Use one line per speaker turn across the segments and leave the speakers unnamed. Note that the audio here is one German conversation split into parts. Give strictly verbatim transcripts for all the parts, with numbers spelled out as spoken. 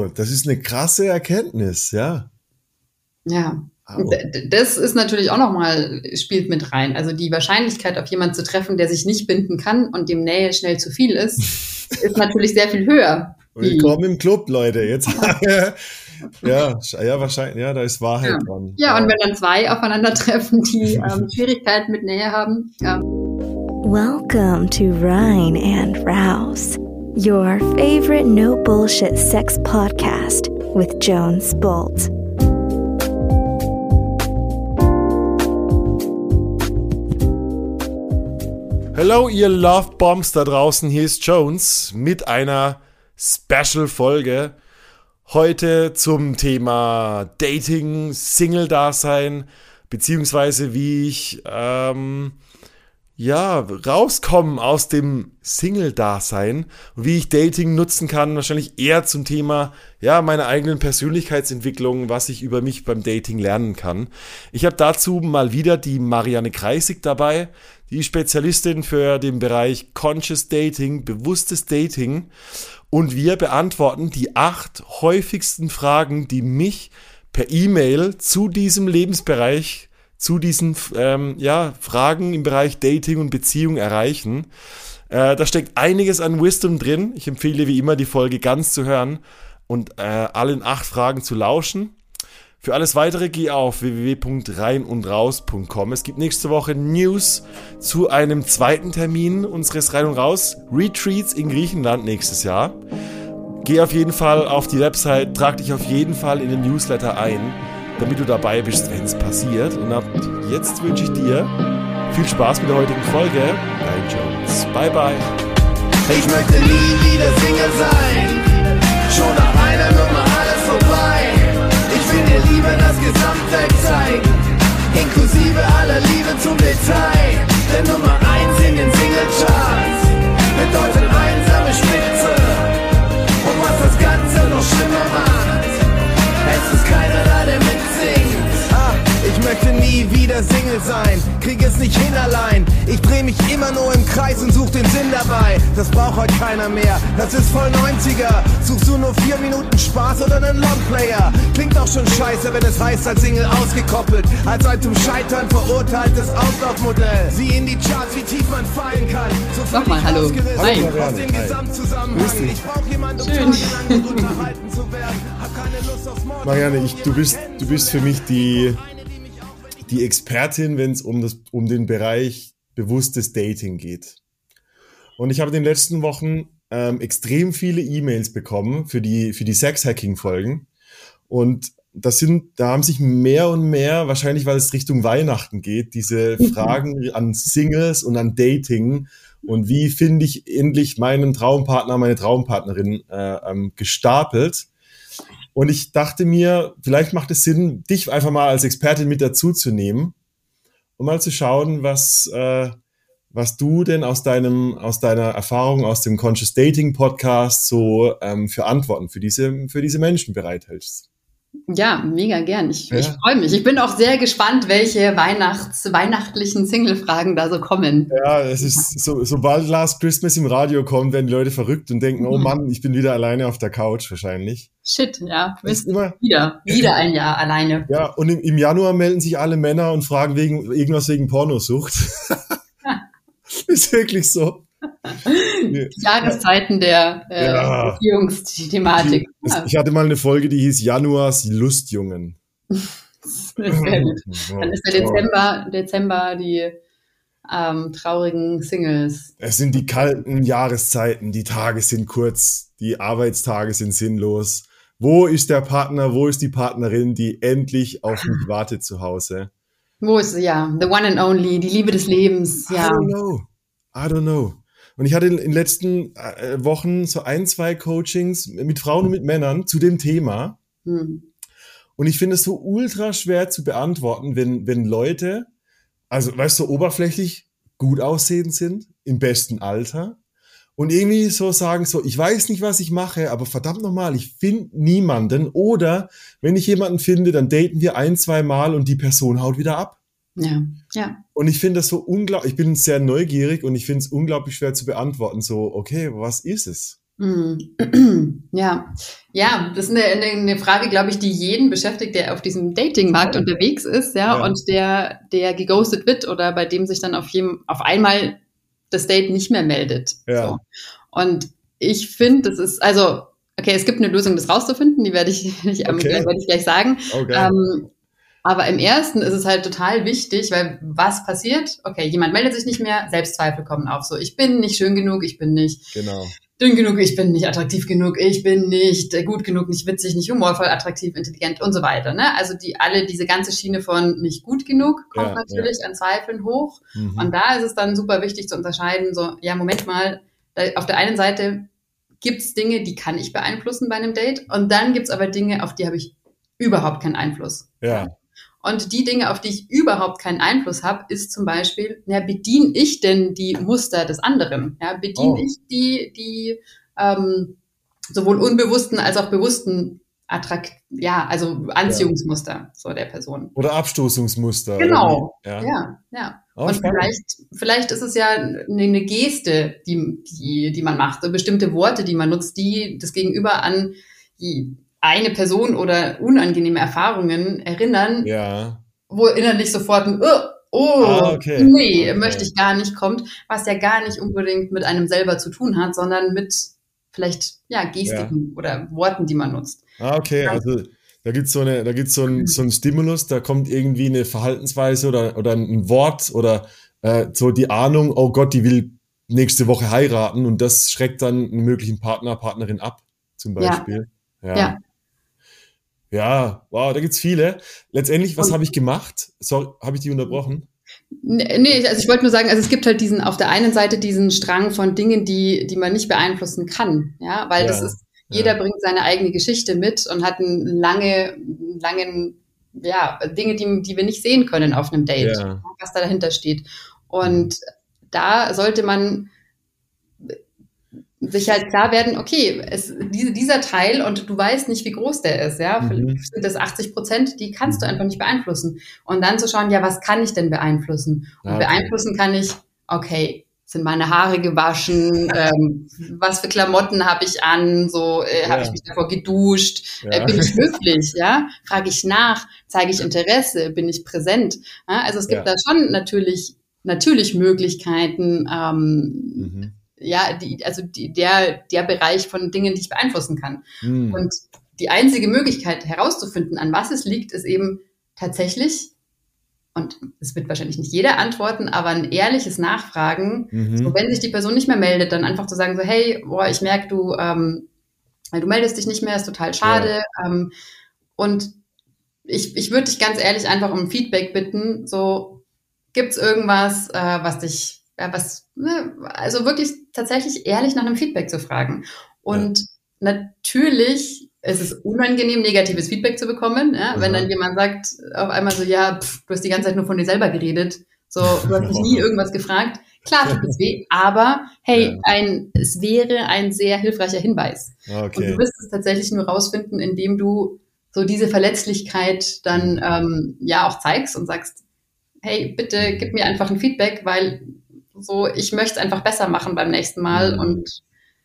Wow, das ist eine krasse Erkenntnis, ja.
Ja, wow. Das ist natürlich auch nochmal, spielt mit rein. Also die Wahrscheinlichkeit, auf jemanden zu treffen, der sich nicht binden kann und dem Nähe schnell zu viel ist, ist natürlich sehr viel höher.
Willkommen im Club, Leute. Jetzt ja, ja, wahrscheinlich, ja, da ist Wahrheit
ja.
dran.
Ja, und wenn dann zwei aufeinandertreffen, die ähm, Schwierigkeiten mit Nähe haben. Ja.
Welcome to Rhine and Rouse, your favorite no bullshit sex podcast with Jones Bolt.
Hello, ihr Love Bombs da draußen. Hier ist Jones mit einer Special-Folge. Heute zum Thema Dating, Single-Dasein, beziehungsweise wie ich ähm, ja, rauskomme aus dem Single-Dasein und wie ich Dating nutzen kann, wahrscheinlich eher zum Thema ja, meiner eigenen Persönlichkeitsentwicklung, was ich über mich beim Dating lernen kann. Ich habe dazu mal wieder die Marianne Kreisig dabei, die Spezialistin für den Bereich Conscious Dating, bewusstes Dating. Und wir beantworten die acht häufigsten Fragen, die mich per E-Mail zu diesem Lebensbereich, zu diesen ähm, ja, Fragen im Bereich Dating und Beziehung erreichen. Äh, da steckt einiges an Wisdom drin. Ich empfehle wie immer, die Folge ganz zu hören und äh, allen acht Fragen zu lauschen. Für alles Weitere geh auf w w w punkt rein und raus punkt com. Es gibt nächste Woche News zu einem zweiten Termin unseres Rein und Raus Retreats in Griechenland nächstes Jahr. Geh auf jeden Fall auf die Website, trag dich auf jeden Fall in den Newsletter ein, damit du dabei bist, wenn es passiert. Und ab jetzt wünsche ich dir viel Spaß mit der heutigen Folge. Dein Jones. Bye, bye.
Ich möchte nie wieder Single sein. Schon nach einer Nummer alles vorbei. Ich will dir Liebe das Gesamtwerk zeigen, inklusive aller Liebe zum Detail. Denn Nummer eins in den Singlecharts bedeutet einsame Spitze. Und was das Ganze noch schlimmer macht, es ist keiner da, der mitsingt. Ah, ich möchte nie wieder Single sein, krieg es nicht hin allein. Ich dreh mich immer nur im Kreis und such den Sinn dabei. Das braucht heute keiner mehr, das ist voll neunziger. Suchst du nur vier Minuten Spaß oder einen Longplayer? Klingt doch schon scheiße, wenn es heißt, als Single ausgekoppelt, als ein zum Scheitern verurteiltes Auslaufmodell. Sieh in die Charts, wie tief man fallen kann. So
Nochmal, hallo.
Hi. Aus dem Gesamtzusammenhang. Ich brauch jemanden, um tagelang unterhalten zu werden. Hab keine Lust aufs Morgen.
Marianne, ich, du bist, du bist für mich die, die Expertin, wenn es um das, um den Bereich bewusstes Dating geht. Und ich habe in den letzten Wochen ähm, extrem viele E-Mails bekommen für die, für die Sex-Hacking-Folgen. Und das sind, da haben sich mehr und mehr, wahrscheinlich weil es Richtung Weihnachten geht, diese Fragen an Singles und an Dating und wie finde ich endlich meinen Traumpartner, meine Traumpartnerin äh, ähm, gestapelt. Und ich dachte mir, vielleicht macht es Sinn, dich einfach mal als Expertin mit dazu zu nehmen, um mal zu schauen, was, äh, was du denn aus deinem, aus deiner Erfahrung aus dem Conscious Dating Podcast so ähm, für Antworten für diese, für diese Menschen bereithältst.
Ja, mega gern. Ich,
Ja.
ich freue mich. Ich bin auch sehr gespannt, welche Weihnachts-, weihnachtlichen Single-Fragen da so kommen.
Ja, es ist so, sobald Last Christmas im Radio kommt, werden die Leute verrückt und denken, oh Mann, ich bin wieder alleine auf der Couch wahrscheinlich.
Shit, ja. Du
Das ist
bist
immer,
wieder, wieder ein Jahr alleine.
ja, und im, im Januar melden sich alle Männer und fragen wegen irgendwas wegen Pornosucht. Ist wirklich so.
Jahreszeiten der äh,
Ja.
Beziehungsthematik. Ja,
Ich hatte mal eine Folge, die hieß Januars Lustjungen.
sehr gut. Dann ist der Dezember, Dezember die ähm, traurigen Singles.
Es sind die kalten Jahreszeiten, die Tage sind kurz, die Arbeitstage sind sinnlos. Wo ist der Partner, wo ist die Partnerin, die endlich auf mich wartet zu Hause?
Wo ist sie? Ja, the one and only, die Liebe des Lebens.
I
Ja,
don't know. I don't know. Und ich hatte in den letzten äh, Wochen so ein, zwei Coachings mit Frauen und mit Männern zu dem Thema.
hm.
Und ich finde es so ultra schwer zu beantworten, wenn, wenn Leute, also weißt du, so oberflächlich gut aussehend sind, im besten Alter und irgendwie so sagen so, ich weiß nicht, was ich mache, aber verdammt nochmal, ich finde niemanden. Oder wenn ich jemanden finde, dann daten wir ein, zwei Mal und die Person haut wieder ab.
ja, ja.
Und ich finde das so unglaublich, ich bin sehr neugierig und ich finde es unglaublich schwer zu beantworten, so, okay, was ist es?
Ja, ja, das ist eine, eine Frage, glaube ich, die jeden beschäftigt, der auf diesem Datingmarkt unterwegs ist, ja,
Ja.
und der, der geghostet wird oder bei dem sich dann auf jedem, auf einmal das Date nicht mehr meldet.
Ja.
So. Und ich finde, das ist, also, okay, es gibt eine Lösung, das rauszufinden, die werde ich, ich, ähm,
Okay.
werde ich gleich sagen.
Okay.
Ähm, aber im ersten ist es halt total wichtig, weil was passiert? Okay, jemand meldet sich nicht mehr, Selbstzweifel kommen auf. So, ich bin nicht schön genug, ich bin nicht
Genau.
dünn genug, ich bin nicht attraktiv genug, ich bin nicht äh, gut genug, nicht witzig, nicht humorvoll, attraktiv, intelligent und so weiter. Ne? Also die alle diese ganze Schiene von nicht gut genug kommt
Ja,
natürlich an Zweifeln hoch.
Mhm.
Und da ist es dann super wichtig zu unterscheiden, so, ja, Moment mal, da, auf der einen Seite gibt's Dinge, die kann ich beeinflussen bei einem Date und dann gibt's aber Dinge, auf die habe ich überhaupt keinen Einfluss.
Ja.
Und die Dinge, auf die ich überhaupt keinen Einfluss habe, ist zum Beispiel, ja, bediene ich denn die Muster des anderen? Ja, bediene
Oh.
ich die, die ähm, sowohl unbewussten als auch bewussten Attrakt, ja, also Anziehungsmuster so der Person.
Oder Abstoßungsmuster.
Genau.
Oder wie? Ja.
Ja, ja.
Oh,
Und
spannend.
vielleicht, vielleicht ist es ja eine, eine Geste, die, die, die man macht, so bestimmte Worte, die man nutzt, die das Gegenüber an die eine Person oder unangenehme Erfahrungen erinnern,
Ja.
wo innerlich sofort ein oh, oh
Ah, okay.
nee,
Okay.
möchte ich gar nicht kommt, was ja gar nicht unbedingt mit einem selber zu tun hat, sondern mit vielleicht ja Gestiken oder Worten, die man nutzt.
Ah, okay. Also da gibt's so eine, da gibt's so ein, so ein Stimulus, da kommt irgendwie eine Verhaltensweise oder, oder ein Wort oder äh, so die Ahnung, oh Gott, die will nächste Woche heiraten und das schreckt dann einen möglichen Partner, Partnerin ab, zum
Ja.
Beispiel. Ja.
Ja.
Ja, wow, da gibt's viele. Letztendlich, was
Und-
habe ich gemacht? Sorry, habe ich die unterbrochen?
Nee, also ich wollte nur sagen, also es gibt halt diesen, auf der einen Seite diesen Strang von Dingen, die, die man nicht beeinflussen kann, ja, weil das
Ja,
ist, jeder
ja.
bringt seine eigene Geschichte mit und hat einen lange, langen, ja, Dinge, die, die wir nicht sehen können auf einem Date,
Ja.
was da dahinter steht. Und da sollte man sich halt klar werden, okay, es, diese, dieser Teil und du weißt nicht, wie groß der ist, ja,
Mhm.
vielleicht sind das achtzig Prozent, die kannst du
Mhm.
einfach nicht beeinflussen. Und dann zu schauen, ja, was kann ich denn beeinflussen? Und
Ah, okay.
beeinflussen kann ich, okay, sind meine Haare gewaschen, ähm, was für Klamotten habe ich an, so äh, habe
Ja.
ich mich davor geduscht,
Ja.
äh, bin ich höflich, ja, frage ich nach, zeige ich Interesse, bin ich präsent, ja? Also es gibt
Ja.
da schon natürlich, natürlich Möglichkeiten, ähm,
Mhm.
ja, die, also die, der, der Bereich von Dingen, die ich beeinflussen kann.
Mhm.
Und die einzige Möglichkeit herauszufinden, an was es liegt, ist eben tatsächlich, und es wird wahrscheinlich nicht jeder antworten, aber ein ehrliches Nachfragen,
Mhm.
so wenn sich die Person nicht mehr meldet, dann einfach zu sagen so, hey, boah, ich merke, du, ähm, du meldest dich nicht mehr, ist total schade. Ähm, und ich, ich würde dich ganz ehrlich einfach um Feedback bitten, so, gibt's irgendwas, äh, was dich ja, was, ne, also wirklich tatsächlich ehrlich nach einem Feedback zu fragen. Und natürlich ist es unangenehm, negatives Feedback zu bekommen, ja, wenn
Aha.
dann jemand sagt auf einmal so, ja, pff, du hast die ganze Zeit nur von dir selber geredet, so, du hast mich nie irgendwas gefragt. Klar tut es weh, aber hey,
Ja.
ein, es wäre ein sehr hilfreicher Hinweis. Und
Okay.
du wirst es tatsächlich nur rausfinden, indem du so diese Verletzlichkeit dann ähm, ja auch zeigst und sagst, hey, bitte gib mir einfach ein Feedback, weil so ich möchte es einfach besser machen beim nächsten Mal
Mhm.
und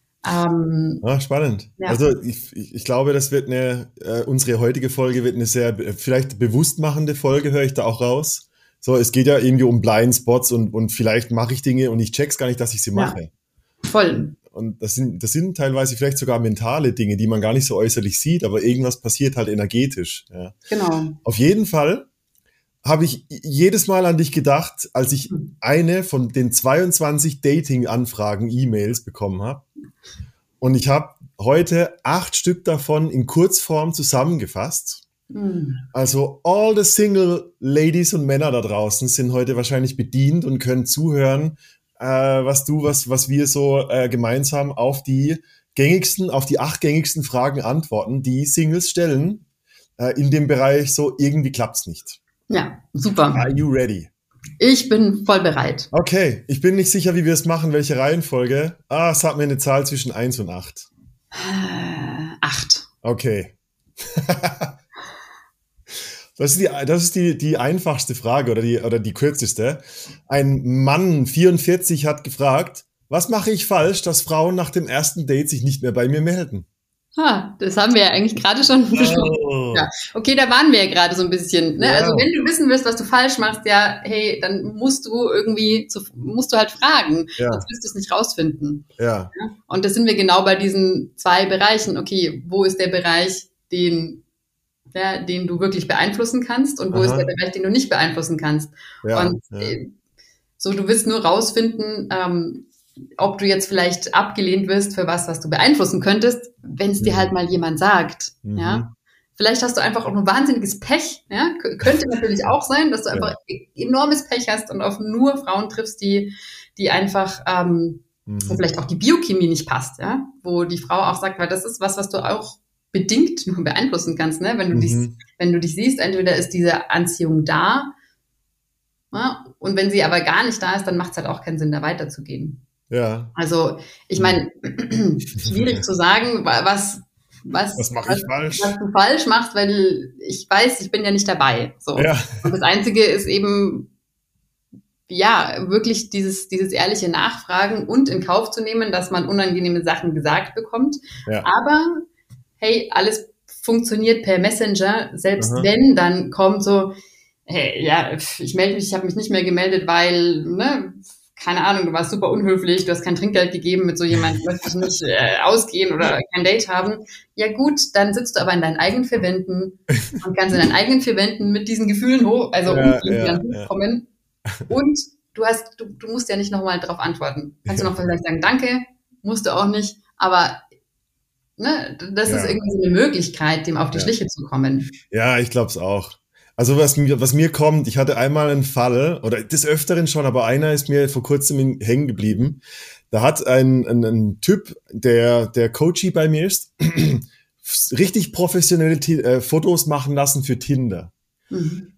ähm,
Ah, spannend.
Ja.
Also ich, ich, ich glaube, das wird eine, äh, unsere heutige Folge wird eine sehr be- vielleicht bewusst machende Folge, höre ich da auch raus. So, es geht ja irgendwie um Blindspots und, und vielleicht mache ich Dinge und ich check's gar nicht, dass ich sie
Ja.
mache.
voll.
Und das sind, das sind teilweise vielleicht sogar mentale Dinge, die man gar nicht so äußerlich sieht, aber irgendwas passiert halt energetisch. Ja.
Genau.
Auf jeden Fall habe ich jedes Mal an dich gedacht, als ich eine von den zweiundzwanzig Dating-Anfragen, E-Mails bekommen habe. Und ich habe heute acht Stück davon in Kurzform zusammengefasst.
Hm.
Also all the single Ladies und Männer da draußen sind heute wahrscheinlich bedient und können zuhören, äh, was du, was, was wir so äh, gemeinsam auf die gängigsten, auf die acht gängigsten Fragen antworten, die Singles stellen äh, in dem Bereich so, irgendwie klappt's nicht.
Ja, super.
Are you ready?
Ich bin voll bereit.
Okay, ich bin nicht sicher, wie wir es machen, welche Reihenfolge. Ah, es hat mir eine Zahl zwischen eins und acht.
Äh, acht.
Okay. Das ist die, das ist die, die einfachste Frage oder die, oder die kürzeste. Ein Mann, vierundvierzig, hat gefragt, Was mache ich falsch, dass Frauen nach dem ersten Date sich nicht mehr bei mir melden?
Ha, das haben wir ja eigentlich gerade schon besprochen.
Oh.
Ja. Okay, da waren wir ja gerade so ein bisschen. Ne?
Ja.
Also wenn du wissen willst, was du falsch machst, ja, hey, dann musst du irgendwie, zu, musst du halt fragen,
Ja.
sonst wirst du es nicht rausfinden.
Ja,
Ja? Und da sind wir genau bei diesen zwei Bereichen. Okay, wo ist der Bereich, den, ja, den du wirklich beeinflussen kannst und wo
Aha.
ist der Bereich, den du nicht beeinflussen kannst?
ja,
und
ja.
äh, so, du willst nur rausfinden, ähm, ob du jetzt vielleicht abgelehnt wirst für was, was du beeinflussen könntest, wenn es dir
Mhm.
halt mal jemand sagt.
Mhm.
Ja? Vielleicht hast du einfach auch ein wahnsinniges Pech. Ja? K- könnte natürlich auch sein, dass du einfach e- enormes Pech hast und auf nur Frauen triffst, die, die einfach, ähm, wo
Mhm.
vielleicht auch die Biochemie nicht passt. Ja? Wo die Frau auch sagt, weil das ist was, was du auch bedingt nur beeinflussen kannst. Ne? Wenn du dich,
Mhm.
wenn du dich siehst, entweder ist diese Anziehung da, ja? Und wenn sie aber gar nicht da ist, dann macht es halt auch keinen Sinn, da weiterzugehen.
Ja.
Also, ich meine, schwierig zu sagen, wa- was, was,
Was mache ich falsch?
was du falsch machst, weil ich weiß, ich bin ja nicht dabei. So.
Ja.
Und das Einzige ist eben, ja, wirklich dieses, dieses ehrliche Nachfragen und in Kauf zu nehmen, dass man unangenehme Sachen gesagt bekommt.
Ja.
Aber, hey, alles funktioniert per Messenger. Selbst
Aha.
wenn, dann kommt so, hey, ja, pf, ich melde mich, ich habe mich nicht mehr gemeldet, weil, ne, keine Ahnung, du warst super unhöflich, du hast kein Trinkgeld gegeben mit so jemandem, möchtest nicht äh, ausgehen oder kein Date haben. Ja gut, dann sitzt du aber in deinen eigenen vier Wänden und kannst in deinen eigenen vier Wänden mit diesen Gefühlen hoch, also
Ja,
irgendwie
ja,
dann
ja.
hochkommen. Und du hast, du, du musst ja nicht nochmal drauf antworten. Kannst du noch vielleicht sagen, danke, musst du auch nicht, aber ne, das
Ja.
ist irgendwie so eine Möglichkeit, dem auf die
Ja.
Schliche zu kommen.
Ja, ich glaube es auch. Also was mir, was mir kommt, ich hatte einmal einen Fall, oder des Öfteren schon, aber einer ist mir vor kurzem in- hängen geblieben. Da hat ein, ein, ein Typ, der, der Coachie bei mir ist, richtig professionelle Ti- äh, Fotos machen lassen für Tinder.
Mhm.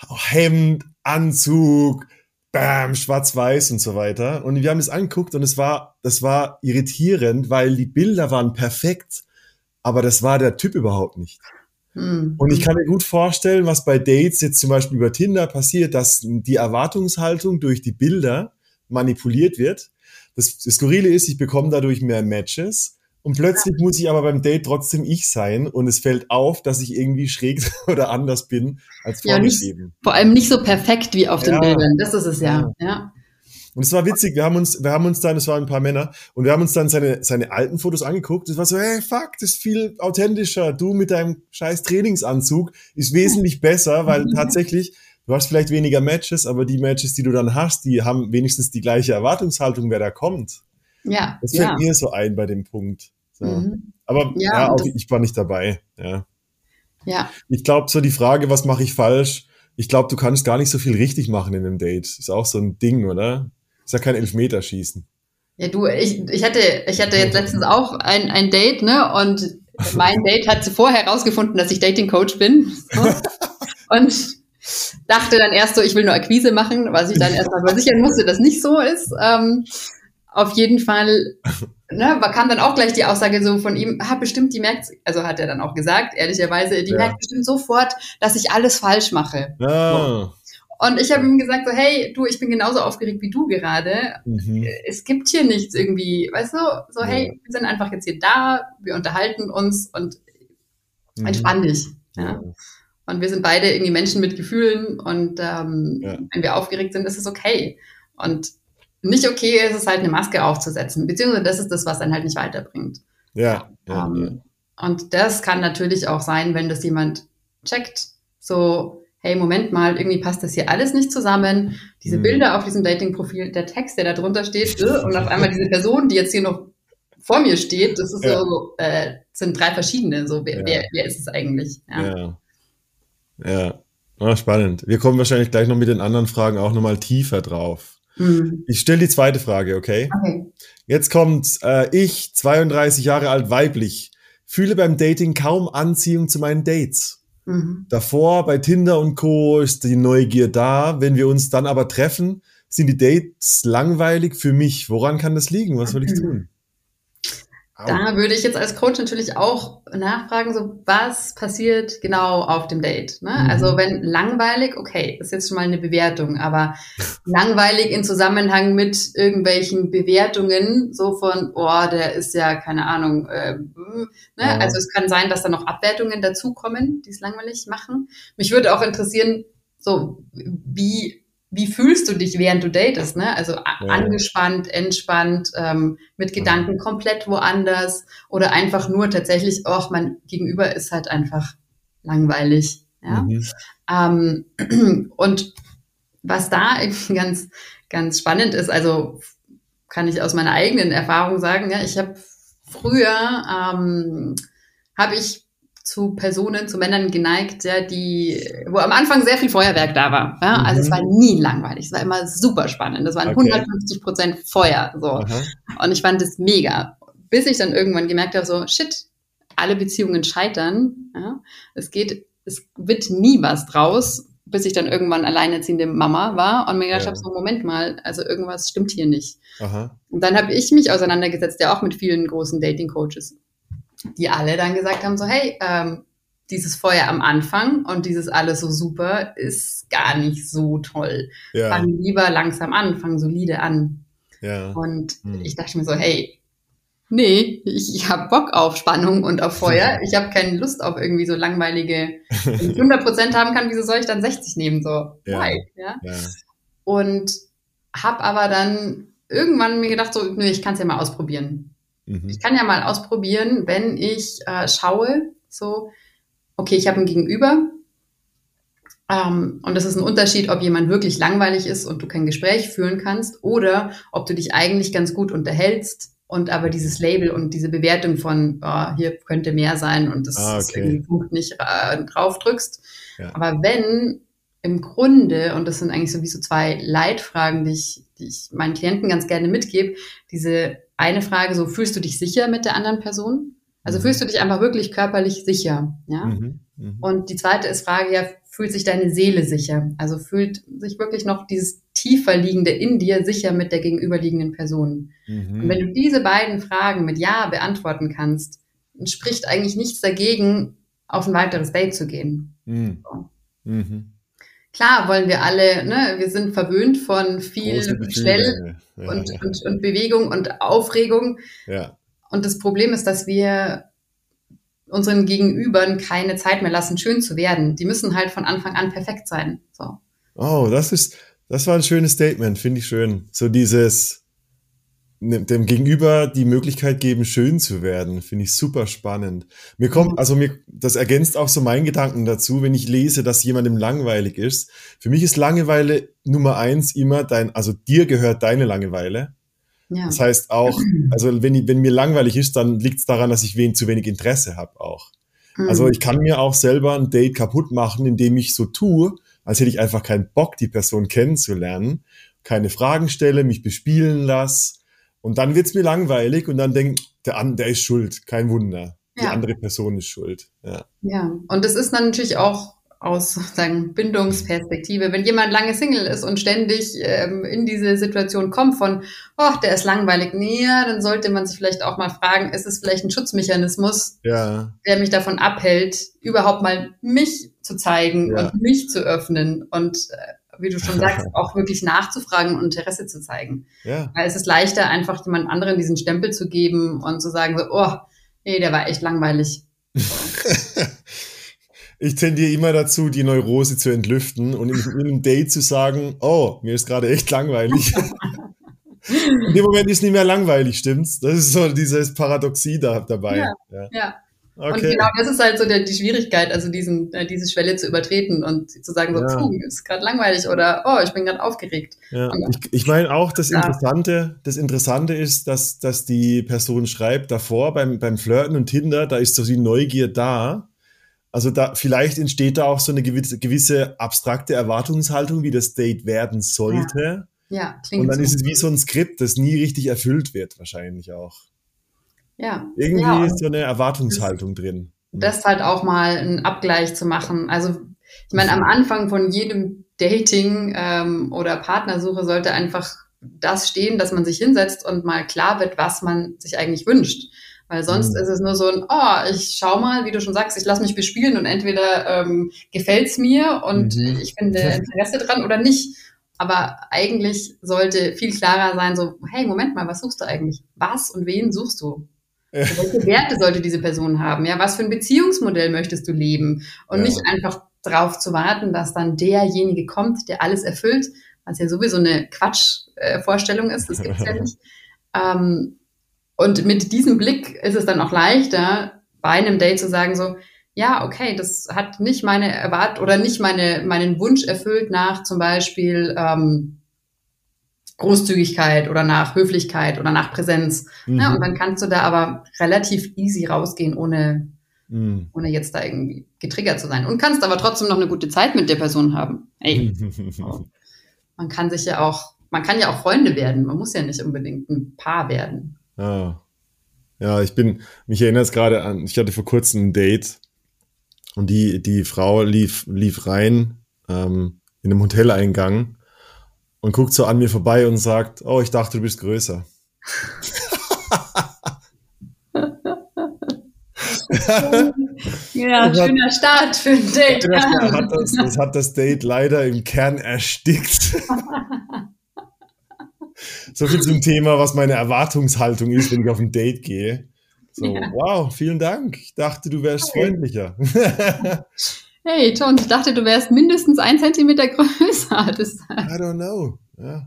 Hemd, Anzug, bam, schwarz-weiß und so weiter. Und wir haben das angeguckt und es war, das war irritierend, weil die Bilder waren perfekt, aber das war der Typ überhaupt nicht.
Mhm.
Und ich kann mir gut vorstellen, was bei Dates jetzt zum Beispiel über Tinder passiert, dass die Erwartungshaltung durch die Bilder manipuliert wird. Das, das Skurrile ist, ich bekomme dadurch mehr Matches und plötzlich muss ich aber beim Date trotzdem ich sein und es fällt auf, dass ich irgendwie schräg oder anders bin als
Ja, nicht,
vorgeschrieben.
vor allem nicht so perfekt wie auf den
Ja.
Bildern. Das ist es ja. ja.
Und es war witzig, wir haben uns, wir haben uns dann, es waren ein paar Männer, und wir haben uns dann seine, seine alten Fotos angeguckt. Es war so, hey, fuck, das ist viel authentischer. Du mit deinem scheiß Trainingsanzug ist wesentlich besser, weil tatsächlich, du hast vielleicht weniger Matches, aber die Matches, die du dann hast, die haben wenigstens die gleiche Erwartungshaltung, wer da kommt.
Ja,
Das fällt
ja.
mir so ein bei dem Punkt. So.
Mhm.
Aber
Ja,
ja,
und
auch
das-
ich war nicht dabei. Ja.
Ja,
Ich glaube, so die Frage, was mache ich falsch? Ich glaube, du kannst gar nicht so viel richtig machen in einem Date. Ist auch so ein Ding, oder? Ist ja kein Elfmeterschießen.
ja, du, ich, ich hatte, ich hatte jetzt letztens auch ein, ein Date, ne? Und mein Date hat vorher herausgefunden, dass ich Dating-Coach bin. So. Und dachte dann erst so, ich will nur Akquise machen, was ich dann erstmal versichern musste, dass nicht so ist. Ähm, auf jeden Fall, ne, kam dann auch gleich die Aussage so von ihm, ah, bestimmt, die merkt, also hat er dann auch gesagt, ehrlicherweise, die
Ja.
merkt bestimmt sofort, dass ich alles falsch mache.
Ah.
Und ich habe ihm gesagt so, hey, du, ich bin genauso aufgeregt wie du gerade.
Mhm.
Es gibt hier nichts irgendwie, weißt du, so,
Ja.
hey, wir sind einfach jetzt hier da, wir unterhalten uns und
Mhm.
entspann dich. Ja.
Ja.
Und wir sind beide irgendwie Menschen mit Gefühlen und ähm,
Ja.
wenn wir aufgeregt sind, ist es okay. Und nicht okay ist es halt, eine Maske aufzusetzen, beziehungsweise das ist das, was dann halt nicht weiterbringt.
Ja. Ja.
Ähm, Und das kann natürlich auch sein, wenn das jemand checkt, so, hey, Moment mal, irgendwie passt das hier alles nicht zusammen. Diese
Mhm.
Bilder auf diesem Dating-Profil, der Text, der da drunter steht, äh, und auf einmal diese Person, die jetzt hier noch vor mir steht, das ist
Ja.
so, äh, sind drei verschiedene, so, wer,
Ja.
wer, wer ist es eigentlich? Ja.
Ja. Ja. Ah, spannend. Wir kommen wahrscheinlich gleich noch mit den anderen Fragen auch nochmal tiefer drauf.
Hm.
Ich stelle die zweite Frage, okay?
Okay.
Jetzt kommt äh, ich, zweiunddreißig Jahre alt, weiblich, fühle beim Dating kaum Anziehung zu meinen Dates.
Mhm.
Davor bei Tinder und Co. ist die Neugier da. Wenn wir uns dann aber treffen, sind die Dates langweilig für mich. Woran kann das liegen? Was soll ich tun?
Da würde ich jetzt als Coach natürlich auch nachfragen, so was passiert genau auf dem Date? Ne? Mhm. Also wenn langweilig, okay, ist jetzt schon mal eine Bewertung, aber langweilig in Zusammenhang mit irgendwelchen Bewertungen, so von, oh, der ist ja, keine Ahnung, äh, ne? Ja. Also es kann sein, dass da noch Abwertungen dazukommen, die es langweilig machen. Mich würde auch interessieren, so wie Wie fühlst du dich, während du datest? Ne? Also ja. angespannt, entspannt, ähm, mit Gedanken komplett woanders oder einfach nur tatsächlich, oh, mein Gegenüber ist halt einfach langweilig. Ja? Mhm. Ähm, und was da irgendwie ganz, ganz spannend ist, also kann ich aus meiner eigenen Erfahrung sagen, ja, ich habe früher, ähm, habe ich zu Personen, zu Männern geneigt, ja, die, wo am Anfang sehr viel Feuerwerk da war. Ja? Mhm. Also es war nie langweilig, es war immer super spannend. Das waren okay. hundertfünfzig Prozent Feuer. So. Aha. Und ich fand das mega. Bis ich dann irgendwann gemerkt habe, so, shit, alle Beziehungen scheitern. Ja? Es geht, es wird nie was draus, bis ich dann irgendwann alleinerziehende Mama war und mir gedacht ja. habe, so, Moment mal, also irgendwas stimmt hier nicht. Aha. Und dann habe ich mich auseinandergesetzt, ja auch mit vielen großen Dating-Coaches, die alle dann gesagt haben, so, hey, ähm, dieses Feuer am Anfang und dieses alles so super ist gar nicht so toll. Ja. Fang lieber langsam an, fang solide an. Ja. Und hm. ich dachte mir so, hey, nee, ich, ich habe Bock auf Spannung und auf Feuer. Ich habe keine Lust auf irgendwie so langweilige, wenn ich hundert Prozent haben kann, wieso soll ich dann sechzig nehmen? So, ja. Right, ja? Ja. Und habe aber dann irgendwann mir gedacht, so, nö, ich kann es ja mal ausprobieren. Ich kann ja mal ausprobieren, wenn ich äh, schaue, so, okay, ich habe ein Gegenüber ähm, und das ist ein Unterschied, ob jemand wirklich langweilig ist und du kein Gespräch führen kannst oder ob du dich eigentlich ganz gut unterhältst und aber dieses Label und diese Bewertung von, oh, hier könnte mehr sein und das ah, okay. ist irgendwie Punkt nicht äh, drauf drückst. Ja. Aber wenn im Grunde, und das sind eigentlich sowieso zwei Leitfragen, die ich, die ich meinen Klienten ganz gerne mitgebe, diese eine Frage, so, fühlst du dich sicher mit der anderen Person? Also mhm. fühlst du dich einfach wirklich körperlich sicher? Ja. Mhm. Mhm. Und die zweite ist Frage, ja, fühlt sich deine Seele sicher? Also fühlt sich wirklich noch dieses tiefer liegende in dir sicher mit der gegenüberliegenden Person? Mhm. Und wenn du diese beiden Fragen mit Ja beantworten kannst, dann spricht eigentlich nichts dagegen, auf ein weiteres Date zu gehen. Mhm. So. Mhm. Klar wollen wir alle, ne, wir sind verwöhnt von viel Schnell ja, und, ja. Und, und Bewegung und Aufregung. Ja. Und das Problem ist, dass wir unseren Gegenübern keine Zeit mehr lassen, schön zu werden. Die müssen halt von Anfang an perfekt sein. So.
Oh, das ist, das war ein schönes Statement, finde ich schön. So dieses, dem Gegenüber die Möglichkeit geben, schön zu werden, finde ich super spannend. Mir kommt, also mir, das ergänzt auch so meinen Gedanken dazu, wenn ich lese, dass jemandem langweilig ist. Für mich ist Langeweile Nummer eins immer dein, also dir gehört deine Langeweile. Ja. Das heißt auch, also wenn, ich, wenn mir langweilig ist, dann liegt es daran, dass ich wen, zu wenig Interesse habe auch. Mhm. Also ich kann mir auch selber ein Date kaputt machen, indem ich so tue, als hätte ich einfach keinen Bock, die Person kennenzulernen, keine Fragen stelle, mich bespielen lasse. Und dann wird's mir langweilig und dann denkt der an, der ist schuld, kein Wunder. Die ja. andere Person ist schuld. Ja.
Ja, und das ist dann natürlich auch aus sozusagen Bindungsperspektive, wenn jemand lange Single ist und ständig ähm, in diese Situation kommt von, oh, der ist langweilig, nee, dann sollte man sich vielleicht auch mal fragen, ist es vielleicht ein Schutzmechanismus, ja. der mich davon abhält, überhaupt mal mich zu zeigen ja. und mich zu öffnen und äh, wie du schon sagst, auch wirklich nachzufragen und Interesse zu zeigen. Ja. Weil es ist leichter, einfach jemand anderen diesen Stempel zu geben und zu sagen so, oh, nee, der war echt langweilig.
Ich tendiere immer dazu, die Neurose zu entlüften und in einem Date zu sagen, oh, mir ist gerade echt langweilig. In dem Moment ist nicht mehr langweilig, stimmt's? Das ist so dieses Paradoxie da, dabei.
Ja, ja. ja. Okay. Und genau das ist halt so der, die Schwierigkeit, also diesen, äh, diese Schwelle zu übertreten und zu sagen, so, ja. puh, ist gerade langweilig oder oh, ich bin gerade aufgeregt.
Ja. Ich, ich meine auch, das Interessante, das Interessante ist, dass, dass die Person schreibt, davor beim, beim Flirten und Tinder, da ist so die Neugier da. Also da vielleicht entsteht da auch so eine gewisse, gewisse abstrakte Erwartungshaltung, wie das Date werden sollte.
Ja, ja, klingt
Und dann
so.
ist es wie so ein Skript, das nie richtig erfüllt wird, wahrscheinlich auch.
Ja.
Irgendwie
ja,
ist so eine Erwartungshaltung drin.
Das halt auch mal einen Abgleich zu machen. Also ich meine, am Anfang von jedem Dating ähm, oder Partnersuche sollte einfach das stehen, dass man sich hinsetzt und mal klar wird, was man sich eigentlich wünscht. Weil sonst mhm. ist es nur so ein, oh, ich schau mal, wie du schon sagst, ich lasse mich bespielen und entweder ähm, gefällt's mir und mhm. ich finde Interesse dran oder nicht. Aber eigentlich sollte viel klarer sein, so, hey, Moment mal, was suchst du eigentlich? Was und wen suchst du? Also, welche Werte sollte diese Person haben? Ja, was für ein Beziehungsmodell möchtest du leben? Und ja. nicht einfach darauf zu warten, dass dann derjenige kommt, der alles erfüllt, was ja sowieso eine Quatschvorstellung äh, ist, das gibt's ja nicht. Ähm, und mit diesem Blick ist es dann auch leichter, bei einem Date zu sagen so, ja, okay, das hat nicht meine Erwart- oder nicht meine, meinen Wunsch erfüllt nach zum Beispiel ähm, Großzügigkeit oder nach Höflichkeit oder nach Präsenz. Mhm. Ja, und dann kannst du da aber relativ easy rausgehen, ohne, mhm. ohne jetzt da irgendwie getriggert zu sein. Und kannst aber trotzdem noch eine gute Zeit mit der Person haben. Ey, man kann sich ja auch, man kann ja auch Freunde werden. Man muss ja nicht unbedingt ein Paar werden.
Ah. Ja, ich bin, mich erinnert es gerade an, ich hatte vor kurzem ein Date und die, die Frau lief, lief rein ähm, in einem Hoteleingang und guckt so an mir vorbei und sagt, oh, ich dachte, du bist größer.
Ja, das schöner hat, Start für ein Date.
Das hat das, das hat das Date leider im Kern erstickt. So viel zum Thema, was meine Erwartungshaltung ist, wenn ich auf ein Date gehe. So, ja. Wow, vielen Dank. Ich dachte, du wärst okay. freundlicher.
Hey, John, ich dachte, du wärst mindestens ein Zentimeter größer. Das
I don't know. Ja.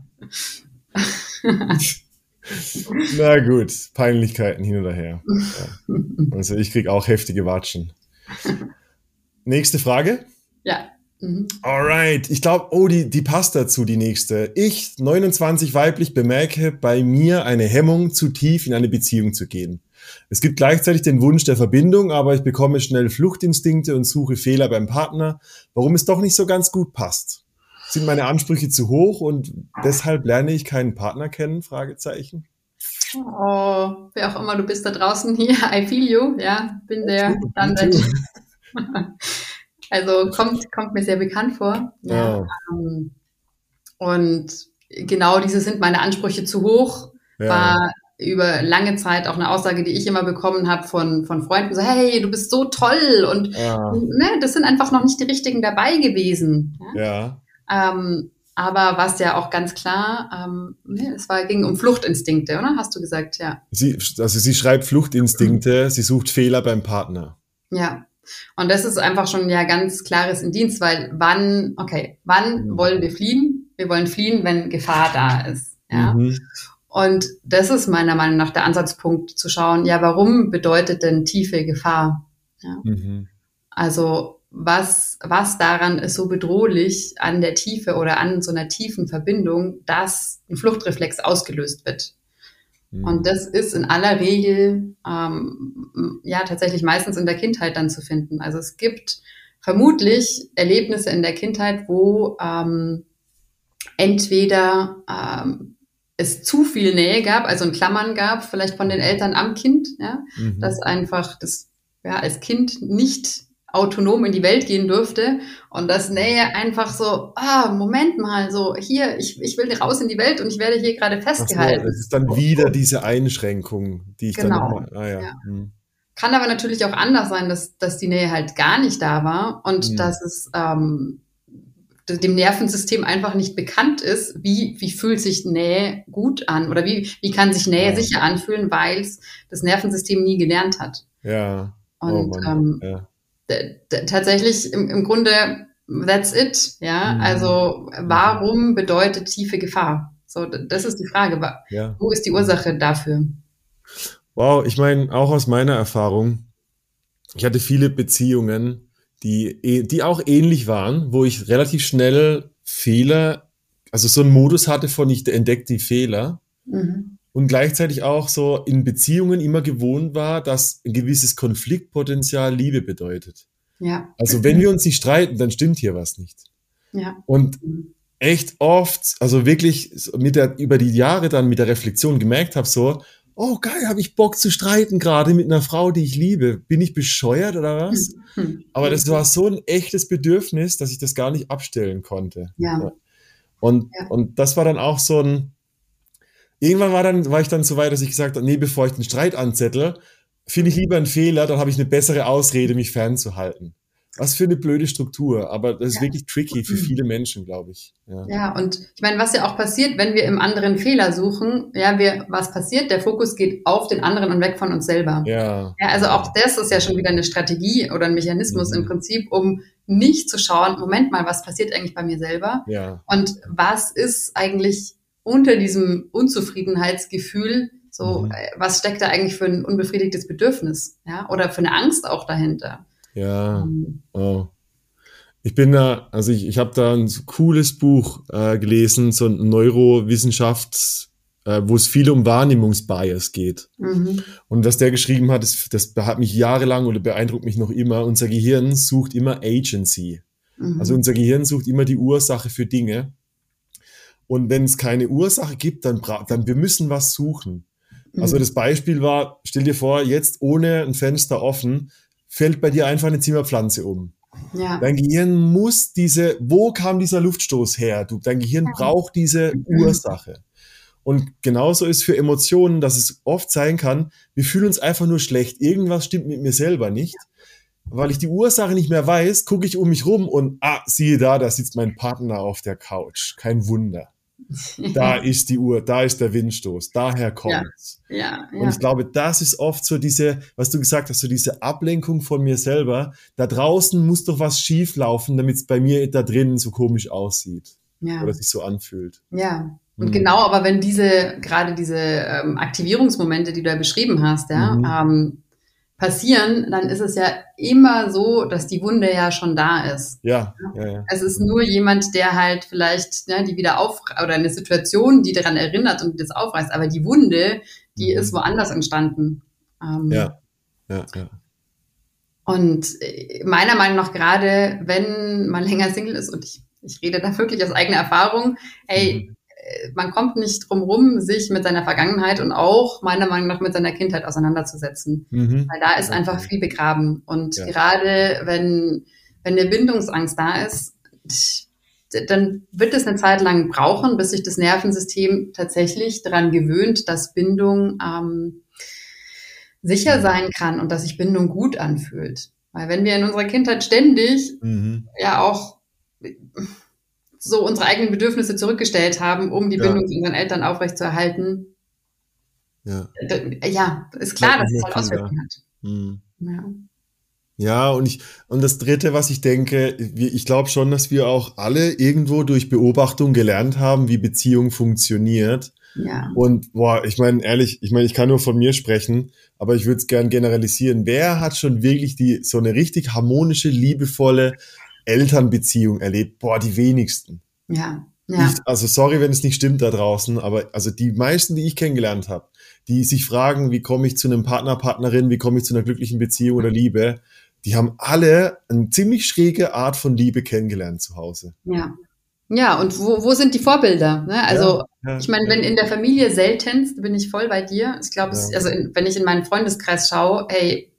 Na gut, Peinlichkeiten hin oder her. Ja. Also ich krieg auch heftige Watschen. Nächste Frage?
Ja. Mhm.
Alright, ich glaube, oh, die, die passt dazu, die nächste. Ich, neunundzwanzig weiblich, bemerke bei mir eine Hemmung, zu tief in eine Beziehung zu gehen. Es gibt gleichzeitig den Wunsch der Verbindung, aber ich bekomme schnell Fluchtinstinkte und suche Fehler beim Partner, warum es doch nicht so ganz gut passt. Sind meine Ansprüche zu hoch und deshalb lerne ich keinen Partner kennen? Fragezeichen.
Oh, wer auch immer du bist da draußen hier, I feel you, ja, bin der, dann Also kommt, kommt mir sehr bekannt vor. Ja. Ja. Und genau diese sind meine Ansprüche zu hoch, ja. war über lange Zeit auch eine Aussage, die ich immer bekommen habe von, von Freunden, so, hey, du bist so toll und
ja.
ne, das sind einfach noch nicht die richtigen dabei gewesen.
Ja.
ja. Ähm, aber was ja auch ganz klar, ähm, ne, es war, ging um Fluchtinstinkte, oder? Hast du gesagt, ja.
Sie, also sie schreibt Fluchtinstinkte, mhm. sie sucht Fehler beim Partner.
Ja. Und das ist einfach schon ja ganz klares Indiz, weil wann, okay, wann mhm. wollen wir fliehen? Wir wollen fliehen, wenn Gefahr da ist. Ja.
Mhm.
Und das ist meiner Meinung nach der Ansatzpunkt zu schauen, ja, warum bedeutet denn tiefe Gefahr? Ja.
Mhm.
Also was, was daran ist so bedrohlich an der Tiefe oder an so einer tiefen Verbindung, dass ein Fluchtreflex ausgelöst wird? Mhm. Und das ist in aller Regel ähm, ja tatsächlich meistens in der Kindheit dann zu finden. Also es gibt vermutlich Erlebnisse in der Kindheit, wo ähm, entweder ähm, es zu viel Nähe gab, also ein Klammern gab, vielleicht von den Eltern am Kind, ja, mhm. dass einfach das ja als Kind nicht autonom in die Welt gehen durfte und das Nähe einfach so, ah, Moment mal, so hier, ich, ich will raus in die Welt und ich werde hier gerade festgehalten.
Ach so, das ist dann wieder diese Einschränkung, die ich
genau.
dann nochmal, ah ja.
ja.
Hm.
Kann aber natürlich auch anders sein, dass, dass die Nähe halt gar nicht da war und hm. dass es ähm, dem Nervensystem einfach nicht bekannt ist, wie, wie fühlt sich Nähe gut an oder wie, wie kann sich Nähe ja. sicher anfühlen, weil es das Nervensystem nie gelernt hat.
Ja.
Und
oh
ähm,
ja.
d- d- tatsächlich im, im Grunde, that's it, ja, mhm. also warum bedeutet tiefe Gefahr? So, das ist die Frage,
ja.
wo ist die Ursache dafür?
Wow, ich meine, auch aus meiner Erfahrung, ich hatte viele Beziehungen, die, die auch ähnlich waren, wo ich relativ schnell Fehler, also so einen Modus hatte von ich entdecke die Fehler
mhm.
und gleichzeitig auch so in Beziehungen immer gewohnt war, dass ein gewisses Konfliktpotenzial Liebe bedeutet.
Ja.
Also wenn wir uns nicht streiten, dann stimmt hier was nicht.
Ja.
Und echt oft, also wirklich mit der, über die Jahre dann mit der Reflexion gemerkt habe, so, oh geil, habe ich Bock zu streiten gerade mit einer Frau, die ich liebe. Bin ich bescheuert oder was?
Hm.
Aber das war so ein echtes Bedürfnis, dass ich das gar nicht abstellen konnte.
Ja.
Ja. Und,
ja.
und das war dann auch so ein, irgendwann war dann, war ich dann so weit, dass ich gesagt habe, nee, bevor ich den Streit anzettel, finde ich lieber einen Fehler, dann habe ich eine bessere Ausrede, mich fernzuhalten. Was für eine blöde Struktur, aber das ist ja. wirklich tricky für viele Menschen, glaube ich. Ja.
ja, und ich meine, was ja auch passiert, wenn wir im anderen Fehler suchen, ja, wir, was passiert? Der Fokus geht auf den anderen und weg von uns selber.
Ja.
Ja, also auch das ist ja schon wieder eine Strategie oder ein Mechanismus mhm. im Prinzip, um nicht zu schauen, Moment mal, was passiert eigentlich bei mir selber?
Ja.
Und was ist eigentlich unter diesem Unzufriedenheitsgefühl, so, mhm. was steckt da eigentlich für ein unbefriedigtes Bedürfnis? Ja, oder für eine Angst auch dahinter?
Ja, oh. Ich bin da, also ich, ich habe da ein cooles Buch äh, gelesen, so ein Neurowissenschaft, äh, wo es viel um Wahrnehmungsbias geht.
Mhm.
Und was der geschrieben hat, das, das hat mich jahrelang oder beeindruckt mich noch immer. Unser Gehirn sucht immer Agency. Mhm. Also unser Gehirn sucht immer die Ursache für Dinge. Und wenn es keine Ursache gibt, dann, bra- dann wir müssen was suchen. Mhm. Also das Beispiel war, stell dir vor, jetzt ohne ein Fenster offen, fällt bei dir einfach eine Zimmerpflanze um.
Ja.
Dein Gehirn muss diese, wo kam dieser Luftstoß her? Du, dein Gehirn ja. braucht diese Ursache. Und genauso ist für Emotionen, dass es oft sein kann, wir fühlen uns einfach nur schlecht. Irgendwas stimmt mit mir selber nicht. Weil ich die Ursache nicht mehr weiß, gucke ich um mich rum und, ah, siehe da, da sitzt mein Partner auf der Couch. Kein Wunder. Da ist die Uhr, da ist der Windstoß, daher kommt's.
Ja, ja, ja.
Und ich glaube, das ist oft so diese, was du gesagt hast, so diese Ablenkung von mir selber. Da draußen muss doch was schief laufen, damit es bei mir da drinnen so komisch aussieht.
Ja.
Oder sich so anfühlt.
Ja. Und mhm. genau, aber wenn diese, gerade diese ähm, Aktivierungsmomente, die du ja beschrieben hast, ja, mhm. ähm, passieren, dann ist es ja immer so, dass die Wunde ja schon da ist.
Ja, ja, ja.
Es ist nur jemand, der halt vielleicht ne, die wieder auf oder eine Situation, die daran erinnert und das aufreißt. Aber die Wunde, die mhm. ist woanders entstanden. Ähm,
ja, ja, ja.
Und meiner Meinung nach gerade, wenn man länger Single ist und ich, ich rede da wirklich aus eigener Erfahrung, hey, mhm. man kommt nicht drum rum, sich mit seiner Vergangenheit und auch meiner Meinung nach mit seiner Kindheit auseinanderzusetzen. Mhm. Weil da ist einfach viel begraben. Und ja. gerade wenn, wenn eine Bindungsangst da ist, dann wird es eine Zeit lang brauchen, bis sich das Nervensystem tatsächlich daran gewöhnt, dass Bindung ähm, sicher sein kann und dass sich Bindung gut anfühlt. Weil wenn wir in unserer Kindheit ständig mhm. ja auch so unsere eigenen Bedürfnisse zurückgestellt haben, um die ja. Bindung zu unseren Eltern aufrechtzuerhalten. Ja, ja ist klar, dass es halt Auswirkungen hat.
Mhm. Ja. Ja, und ich, und das Dritte, was ich denke, ich glaube schon, dass wir auch alle irgendwo durch Beobachtung gelernt haben, wie Beziehung funktioniert.
Ja.
Und boah, ich meine, ehrlich, ich meine, ich kann nur von mir sprechen, aber ich würde es gern generalisieren. Wer hat schon wirklich die, so eine richtig harmonische, liebevolle Elternbeziehung erlebt? Boah, die wenigsten.
Ja, ja.
Ich, also sorry, wenn es nicht stimmt da draußen, aber also die meisten, die ich kennengelernt habe, die sich fragen, wie komme ich zu einem Partner, Partnerin, wie komme ich zu einer glücklichen Beziehung oder Liebe, die haben alle eine ziemlich schräge Art von Liebe kennengelernt zu Hause.
Ja. Ja, und wo, wo sind die Vorbilder? Ne? Also,
ja, ja,
ich meine,
ja.
wenn in der Familie seltenst, bin ich voll bei dir. Ich glaube, ja. also in, wenn ich in meinen Freundeskreis schaue, hey,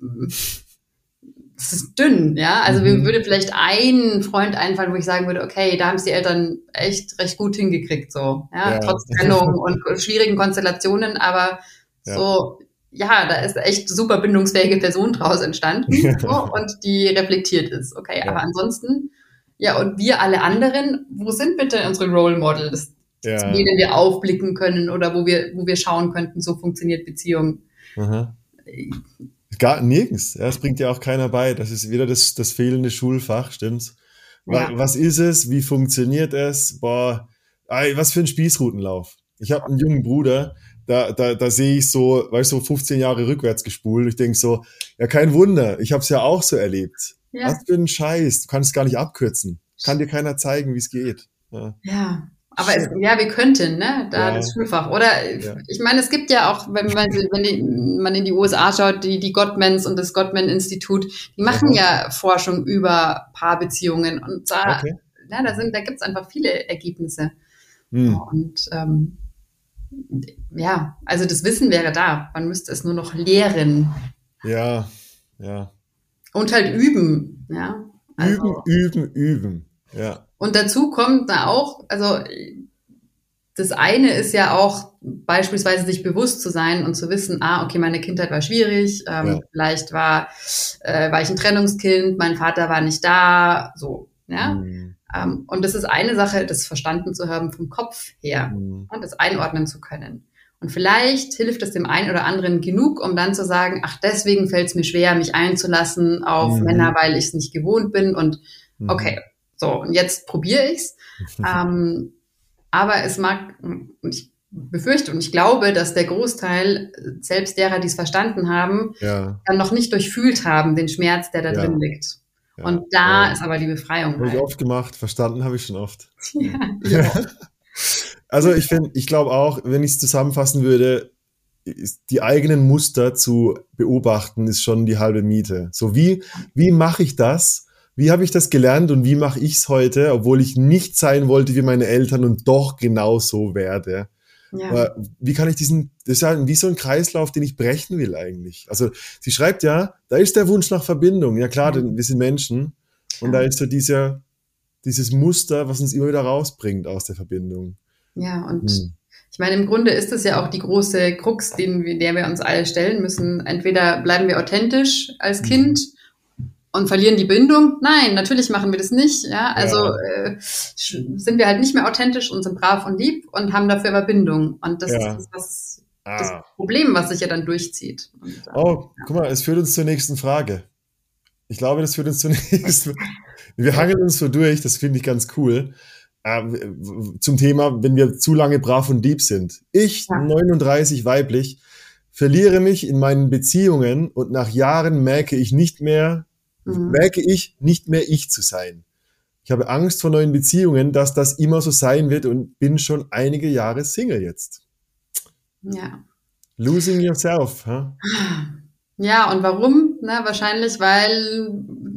es ist dünn, ja. Also, mhm. mir würde vielleicht ein Freund einfallen, wo ich sagen würde, okay, da haben es die Eltern echt recht gut hingekriegt, so, ja, ja. trotz Trennung und schwierigen Konstellationen, aber ja. so, ja, da ist echt super bindungsfähige Person draus entstanden so, und die reflektiert ist. Okay, ja. aber ansonsten, ja, und wir alle anderen, wo sind bitte unsere Role Models, ja. zu denen wir aufblicken können oder wo wir, wo wir schauen könnten, so funktioniert Beziehung?
Aha. Gar nirgends. Ja, es bringt ja auch keiner bei. Das ist wieder das, das fehlende Schulfach, stimmt's? Ja. Was ist es? Wie funktioniert es? Boah, was für ein Spießrutenlauf. Ich habe einen jungen Bruder, da, da, da sehe ich so, weißt du, so fünfzehn Jahre rückwärts gespult. Ich denke so, ja, kein Wunder, ich habe es ja auch so erlebt. Ja. Was für ein Scheiß, du kannst es gar nicht abkürzen. Kann dir keiner zeigen, wie es geht. Ja,
ja. Aber es, ja, wir könnten, ne, da ja. das Schulfach. Oder ja. ich meine, es gibt ja auch, wenn man, wenn die, man in die U S A schaut, die, die Gottmans und das Gottman-Institut, die machen ja. ja Forschung über Paarbeziehungen. Und da, okay. ja, da sind, da gibt's einfach viele Ergebnisse. Hm. Und ähm, ja, also das Wissen wäre da. Man müsste es nur noch lehren.
Ja, ja.
Und halt üben, ja.
Also, üben, üben, üben, ja.
Und dazu kommt da auch, also das eine ist ja auch beispielsweise sich bewusst zu sein und zu wissen, ah, okay, meine Kindheit war schwierig, ähm,
Ja.
vielleicht war, äh, war ich ein Trennungskind, mein Vater war nicht da, so, ja.
Mhm.
Ähm, und das ist eine Sache, das verstanden zu haben vom Kopf her
Mhm.
und das einordnen zu können. Und vielleicht hilft es dem einen oder anderen genug, um dann zu sagen, ach, deswegen fällt es mir schwer, mich einzulassen auf
Mhm.
Männer, weil ich es nicht gewohnt bin und
Mhm.
okay, so, und jetzt probiere ich's. ähm, aber es mag, ich befürchte und ich glaube, dass der Großteil, selbst derer, die es verstanden haben,
Ja.
dann noch nicht durchfühlt haben, den Schmerz, der da
Ja.
drin liegt.
Ja.
Und da
Ja.
ist aber die Befreiung
Habe ich
halt.
oft gemacht, verstanden habe ich schon oft.
Ja, ja.
Also ich finde, ich glaube auch, wenn ich es zusammenfassen würde, ist die eigenen Muster zu beobachten, ist schon die halbe Miete. So wie, wie mache ich das? Wie habe ich das gelernt und wie mache ich es heute, obwohl ich nicht sein wollte wie meine Eltern und doch genau so werde?
Ja.
Aber wie kann ich diesen, das ist ja wie so ein Kreislauf, den ich brechen will eigentlich. Also sie schreibt ja, da ist der Wunsch nach Verbindung. Ja klar, denn wir sind Menschen und da ist so dieser, dieses Muster, was uns immer wieder rausbringt aus der Verbindung.
Ja, und
Hm.
ich meine, im Grunde ist es ja auch die große Krux, den, wir- der wir uns alle stellen müssen. Entweder bleiben wir authentisch als Kind und verlieren die Bindung. Nein, natürlich machen wir das nicht. Ja, also
Ja.
äh, sch- sind wir halt nicht mehr authentisch und sind brav und lieb und haben dafür aber Bindung. Und das
Ja.
ist das, was, das
Ah.
Problem, was sich ja dann durchzieht. Und, äh,
Oh, guck mal, es führt uns zur nächsten Frage. Ich glaube, das führt uns zur nächsten. Wir hangeln uns so durch, das finde ich ganz cool. Ähm, zum Thema, wenn wir zu lange brav und lieb sind. Ich,
Ja.
neununddreißig weiblich, verliere mich in meinen Beziehungen und nach Jahren merke ich nicht mehr,
Mhm.
merke ich nicht mehr ich zu sein. Ich habe Angst vor neuen Beziehungen, dass das immer so sein wird und bin schon einige Jahre Single jetzt.
ja.
Losing yourself, huh?
Ja, und warum? Na, wahrscheinlich, weil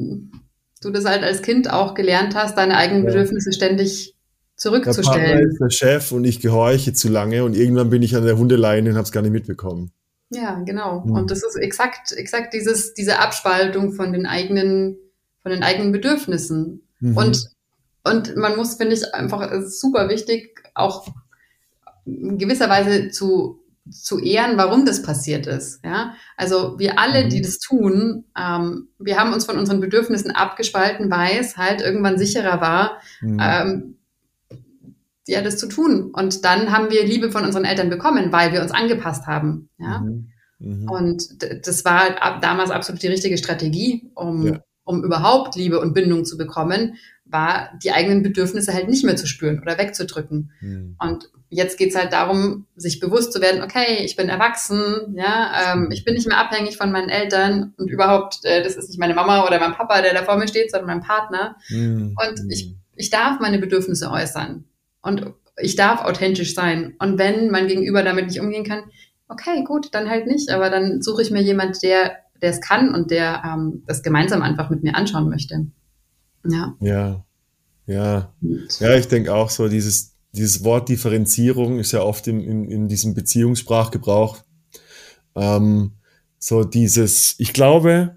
du das halt als Kind auch gelernt hast, deine eigenen
Ja.
Bedürfnisse ständig
Der Partner
zurückzustellen.
ist der Chef und ich gehorche zu lange und irgendwann bin ich an der Hundeleine und habe es gar nicht mitbekommen.
Ja, genau.
Hm.
Und das ist exakt, exakt dieses, diese Abspaltung von den eigenen, von den eigenen Bedürfnissen.
Mhm.
Und, und man muss, finde ich, einfach, es ist super wichtig, auch in gewisser Weise zu, zu ehren, warum das passiert ist. Ja, also wir alle,
Mhm.
die das tun, ähm, wir haben uns von unseren Bedürfnissen abgespalten, weil es halt irgendwann sicherer war,
Mhm.
ähm, ja, das zu tun. Und dann haben wir Liebe von unseren Eltern bekommen, weil wir uns angepasst haben. Ja.
Mhm. Mhm.
Und d- das war ab, damals absolut die richtige Strategie, um,
Ja.
um überhaupt Liebe und Bindung zu bekommen, war die eigenen Bedürfnisse halt nicht mehr zu spüren oder wegzudrücken.
Mhm.
Und jetzt geht's halt darum, sich bewusst zu werden, okay, ich bin erwachsen, ja, ähm, ich bin nicht mehr abhängig von meinen Eltern und überhaupt, äh, das ist nicht meine Mama oder mein Papa, der da vor mir steht, sondern mein Partner.
Mhm.
Und ich, ich darf meine Bedürfnisse äußern. Und ich darf authentisch sein. Und wenn mein Gegenüber damit nicht umgehen kann, okay, gut, dann halt nicht. Aber dann suche ich mir jemand, der der es kann und der ähm, das gemeinsam einfach mit mir anschauen möchte. Ja.
Ja, ja.
Und,
Ja, ich denke auch so, dieses, dieses Wort Differenzierung ist ja oft in, in, in diesem Beziehungssprachgebrauch. Ähm, so dieses, ich glaube,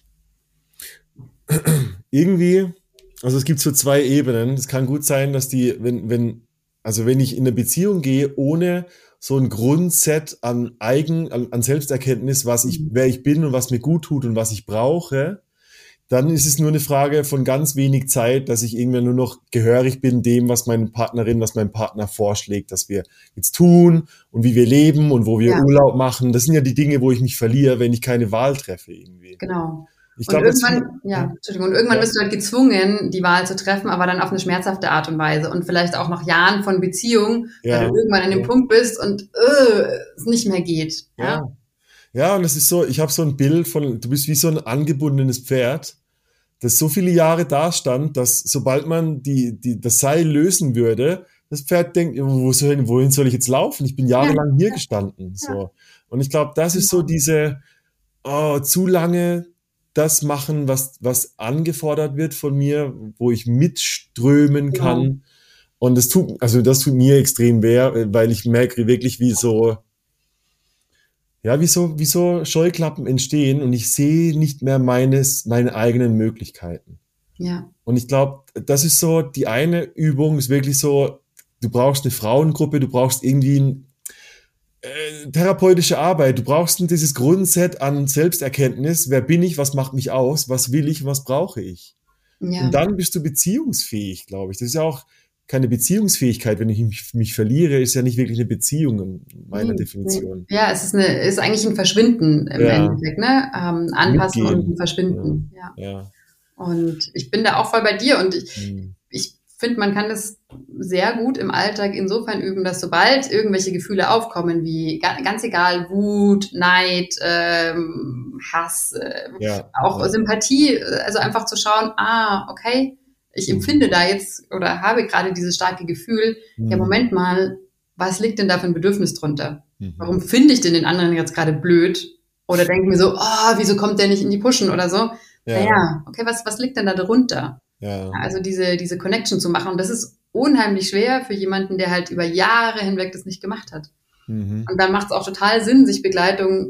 irgendwie, also es gibt so zwei Ebenen. Es kann gut sein, dass die, wenn, wenn, also wenn ich in eine Beziehung gehe, ohne so ein Grundset an Eigen, an, an Selbsterkenntnis, was ich, wer ich bin und was mir gut tut und was ich brauche, dann ist es nur eine Frage von ganz wenig Zeit, dass ich irgendwann nur noch gehörig bin dem, was meine Partnerin, was mein Partner vorschlägt, dass wir jetzt tun und wie wir leben und wo wir
Ja.
Urlaub machen. Das sind ja die Dinge, wo ich mich verliere, wenn ich keine Wahl treffe irgendwie.
genau.
Ich
Und
glaube, das-
irgendwann, ja, Entschuldigung, und irgendwann
Ja.
bist du halt gezwungen, die Wahl zu treffen, aber dann auf eine schmerzhafte Art und Weise und vielleicht auch nach Jahren von Beziehung,
Ja.
weil du irgendwann an dem
Ja.
Punkt bist und äh, es nicht mehr geht. Ja.
Ja. Ja, und es ist so, ich habe so ein Bild von, du bist wie so ein angebundenes Pferd, das so viele Jahre da stand, dass sobald man die, die, das Seil lösen würde, das Pferd denkt, wo soll, wohin soll ich jetzt laufen? Ich bin jahrelang hier gestanden. So. Und ich glaube, das ist so diese, oh, zu lange das machen, was, was angefordert wird von mir, wo ich mitströmen
Genau.
kann. Und das tut, also das tut mir extrem weh, weil ich merke wirklich, wie so, ja, wie so, wie so Scheuklappen entstehen und ich sehe nicht mehr meines, meine eigenen Möglichkeiten.
Ja.
Und ich glaube, das ist so, die eine Übung ist wirklich so, du brauchst eine Frauengruppe, du brauchst irgendwie ein, äh, therapeutische Arbeit, du brauchst dieses Grundset an Selbsterkenntnis, wer bin ich, was macht mich aus, was will ich, was brauche ich.
Ja.
Und dann bist du beziehungsfähig, glaube ich. Das ist ja auch keine Beziehungsfähigkeit, wenn ich mich, mich verliere, ist ja nicht wirklich eine Beziehung in meiner
Nee,
Definition.
nee. Ja, es ist, eine, ist eigentlich ein Verschwinden im
Ja.
Endeffekt, ne? Ähm, anpassen
Mitgehen.
und ein Verschwinden. Ja.
Ja.
Und ich bin da auch voll bei dir und ich,
Hm.
ich finde, man kann das sehr gut im Alltag insofern üben, dass sobald irgendwelche Gefühle aufkommen, wie ga- ganz egal, Wut, Neid, ähm, Hass, äh,
Ja.
auch
Ja.
Sympathie, also einfach zu schauen, ah, okay, ich empfinde da jetzt oder habe gerade dieses starke Gefühl, ja,
Mhm.
Moment mal, was liegt denn da für ein Bedürfnis drunter?
Mhm.
Warum finde ich denn den anderen jetzt gerade blöd? Oder denke mir so, oh, wieso kommt der nicht in die Pushen oder so?
Ja.
Naja, okay, was, was liegt denn da drunter?
Ja.
Also diese, diese Connection zu machen. Und das ist unheimlich schwer für jemanden, der halt über Jahre hinweg das nicht gemacht hat.
Mhm.
Und dann macht es auch total Sinn, sich Begleitung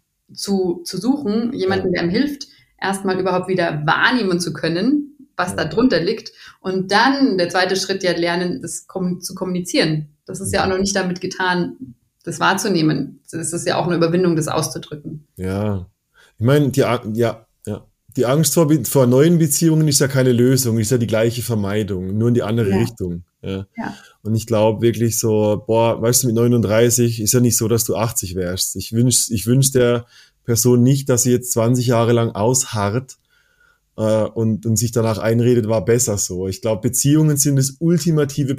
zu, zu suchen, jemanden, der ihm hilft, erstmal überhaupt wieder wahrnehmen zu können, was
Ja.
da drunter liegt. Und dann der zweite Schritt, ja, lernen, das kom- zu kommunizieren. Das ist ja auch noch nicht damit getan, das wahrzunehmen. Das ist ja auch eine Überwindung, das auszudrücken.
Ja. Ich meine, die, A- ja, ja. die Angst vor, Be- vor neuen Beziehungen ist ja keine Lösung, ist ja die gleiche Vermeidung, nur in die andere
Ja.
Richtung. Ja.
Ja.
Und ich glaube wirklich so, boah, weißt du, mit neununddreißig ist ja nicht so, dass du achtzig wärst. Ich wünsch, ich wünsch der Person nicht, dass sie jetzt zwanzig Jahre lang ausharrt äh, und, und sich danach einredet, war besser so. Ich glaube, Beziehungen sind das ultimative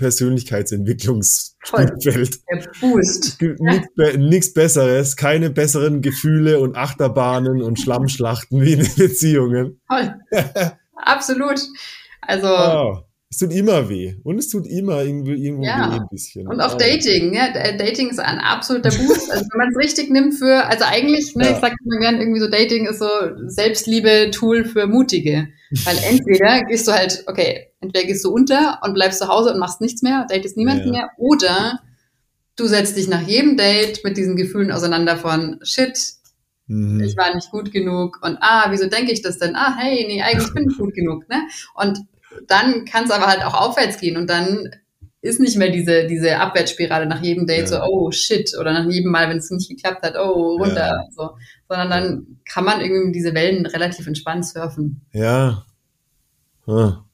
Persönlichkeitsentwicklungsfeld.
Der Boost.
Es gibt nichts be nichts Besseres, keine besseren Gefühle und Achterbahnen und Schlammschlachten wie in Beziehungen.
Toll. Absolut. Also,
Oh, es tut immer weh. Und es tut immer irgendwo, irgendwo
Ja.
weh ein bisschen.
und auch
Oh.
Dating, ja, D- Dating ist ein absoluter Boost. Also wenn man es richtig nimmt für, also eigentlich, ne,
Ja.
ich sag immer gern irgendwie so, Dating ist so Selbstliebe-Tool für Mutige. Weil entweder gehst du halt, okay, entweder gehst du unter und bleibst zu Hause und machst nichts mehr, datest niemanden
Ja.
mehr, oder du setzt dich nach jedem Date mit diesen Gefühlen auseinander von, shit,
Mhm.
ich war nicht gut genug und ah, wieso denke ich das denn? Ah, hey, nee, eigentlich bin ich gut genug, ne? Und dann kann es aber halt auch aufwärts gehen und dann ist nicht mehr diese, diese Abwärtsspirale nach jedem Date
Ja.
so, oh shit, oder nach jedem Mal, wenn es nicht geklappt hat, oh, runter,
Ja.
so. Sondern dann kann man irgendwie diese Wellen relativ entspannt surfen.
Ja. Ah.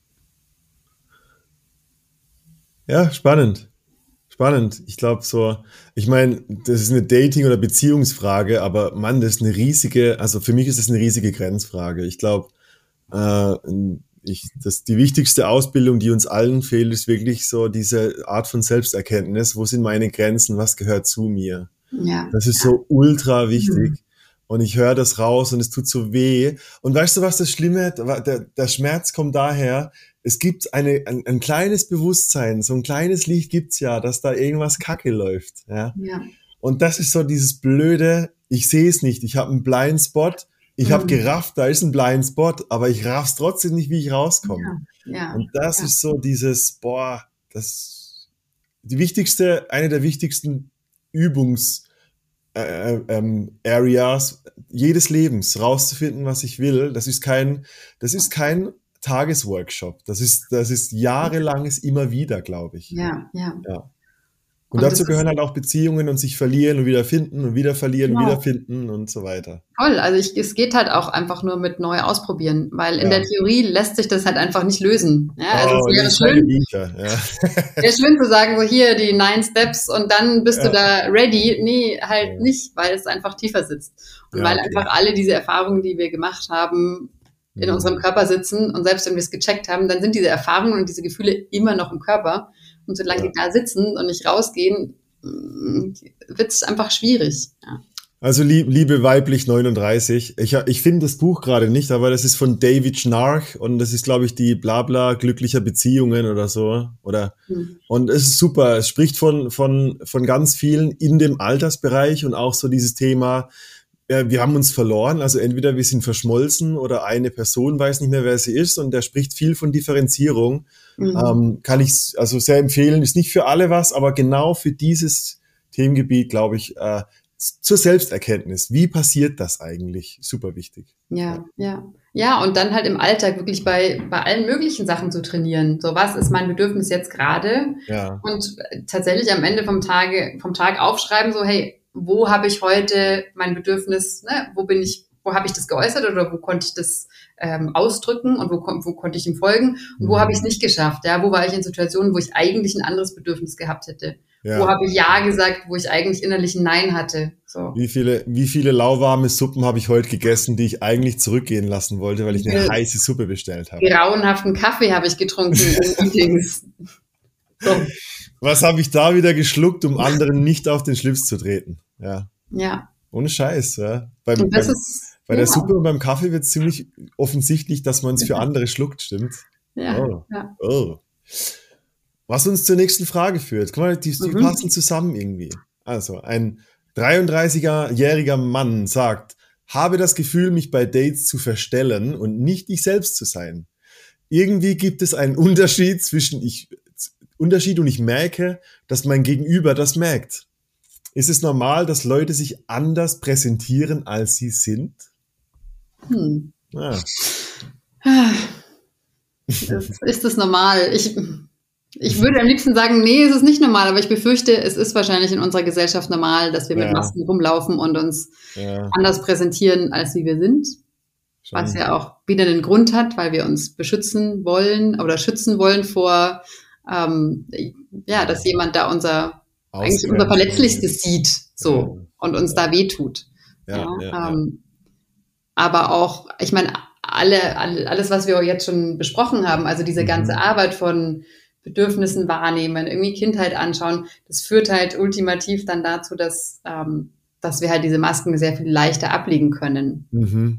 Ja, spannend. Spannend. Ich glaube so, ich meine, das ist eine Dating- oder Beziehungsfrage, aber Mann, das ist eine riesige, also für mich ist das eine riesige Grenzfrage. Ich glaube, äh, ich, das, die wichtigste Ausbildung, die uns allen fehlt, ist wirklich so diese Art von Selbsterkenntnis. Wo sind meine Grenzen? Was gehört zu mir?
Ja.
Das ist so ultra wichtig. Und ich höre das raus und es tut so weh. Und weißt du, was das Schlimme, der, der Schmerz kommt daher, es gibt eine, ein, ein kleines Bewusstsein, so ein kleines Licht gibt's ja, dass da irgendwas Kacke läuft. Ja?
Ja.
Und das ist so dieses blöde, ich sehe es nicht, ich habe einen Blindspot, ich
Mhm.
habe gerafft, da ist ein Blindspot, aber ich raff's trotzdem nicht, wie ich rauskomme.
Ja. Ja.
Und das
Ja.
ist so dieses, boah, das die wichtigste, eine der wichtigsten Übungs äh, ähm, Areas jedes Lebens, rauszufinden, was ich will. Das ist kein, das ist kein Tagesworkshop. Das ist, das ist jahrelanges immer wieder, glaube ich.
Ja, ja.
Ja. Und,
Und
dazu
das
gehören
ist-
halt auch Beziehungen und sich verlieren und wieder finden und wieder verlieren und
Genau.
wieder finden und so weiter.
Voll, also ich, es geht halt auch einfach nur mit neu ausprobieren, weil in
Ja.
der Theorie lässt sich das halt einfach nicht lösen. Ja, also
Oh,
es wäre
das sind keine
schön,
Bücher. Ja.
wäre schön zu sagen, so hier die nine Steps und dann bist
Ja.
du da ready. Nee, halt
Ja.
nicht, weil es einfach tiefer sitzt. Und
Ja,
weil
okay.
einfach alle diese Erfahrungen, die wir gemacht haben, in
Mhm.
unserem Körper sitzen und selbst wenn wir es gecheckt haben, dann sind diese Erfahrungen und diese Gefühle immer noch im Körper. Und solange
Ja.
die da sitzen und nicht rausgehen, wird es einfach schwierig. Ja.
Also lieb, liebe weiblich neununddreißig, ich, ich finde das Buch gerade nicht, aber das ist von David Schnarch und das ist, glaube ich, die Blabla glücklicher Beziehungen oder so. Oder
Hm.
und es ist super. Es spricht von von von ganz vielen in dem Altersbereich und auch so dieses Thema. äh, Wir haben uns verloren, also entweder wir sind verschmolzen oder eine Person weiß nicht mehr, wer sie ist und der spricht viel von Differenzierung.
Mhm.
Ähm, kann ich also sehr empfehlen. Ist nicht für alle was, aber genau für dieses Themengebiet, glaube ich, äh, zur Selbsterkenntnis. Wie passiert das eigentlich? Super wichtig.
Ja, ja. Ja, und dann halt im Alltag wirklich bei, bei allen möglichen Sachen zu trainieren. So, was ist mein Bedürfnis jetzt gerade?
Ja.
Und tatsächlich am Ende vom Tage, vom Tag aufschreiben, so, hey, wo habe ich heute mein Bedürfnis, ne? Wo bin ich, wo habe ich das geäußert oder wo konnte ich das ähm, ausdrücken und wo, wo konnte ich ihm folgen und wo
Mhm.
habe ich es nicht geschafft? Ja, wo war ich in Situationen, wo ich eigentlich ein anderes Bedürfnis gehabt hätte?
Ja.
Wo habe ich Ja gesagt, wo ich eigentlich innerlich ein Nein hatte? So.
Wie viele, wie viele lauwarme Suppen habe ich heute gegessen, die ich eigentlich zurückgehen lassen wollte, weil ich eine
Ja.
heiße Suppe bestellt habe?
Grauenhaften Kaffee habe ich getrunken in Meetings. So.
Was habe ich da wieder geschluckt, um anderen nicht auf den Schlips zu treten? Ja,
Ja.
ohne Scheiß. Ja. Beim,
Und das
beim,
ist,
bei der
ja.
Suppe und beim Kaffee wird es ziemlich offensichtlich, dass man es für andere schluckt, stimmt?
Ja,
Oh.
ja.
Oh. Was uns zur nächsten Frage führt. Guck mal, die, die
Mhm.
passen zusammen irgendwie. Also, ein dreiunddreißigjähriger Mann sagt, habe das Gefühl, mich bei Dates zu verstellen und nicht ich selbst zu sein. Irgendwie gibt es einen Unterschied zwischen ich, Unterschied und ich merke, dass mein Gegenüber das merkt. Ist es normal, dass Leute sich anders präsentieren, als sie sind?
Hm.
Ah,
Ist, ist das normal? Ich, ich würde am liebsten sagen, nee, es ist nicht normal, aber ich befürchte, es ist wahrscheinlich in unserer Gesellschaft normal, dass wir mit
Ja.
Masken rumlaufen und uns
ja,
anders präsentieren, als wie wir sind.
schon.
Was ja auch wieder einen Grund hat, weil wir uns beschützen wollen oder schützen wollen vor, ähm, ja, dass jemand da unser, eigentlich unser Verletzlichstes sieht, so,
Ja.
und uns da wehtut.
Ja, ja, ja.
ähm, aber auch, ich meine, alle, alle, alles, was wir jetzt schon besprochen haben, also diese
Mhm.
ganze Arbeit von Bedürfnissen wahrnehmen, irgendwie Kindheit anschauen, das führt halt ultimativ dann dazu, dass, ähm, dass wir halt diese Masken sehr viel leichter ablegen können.
Mhm.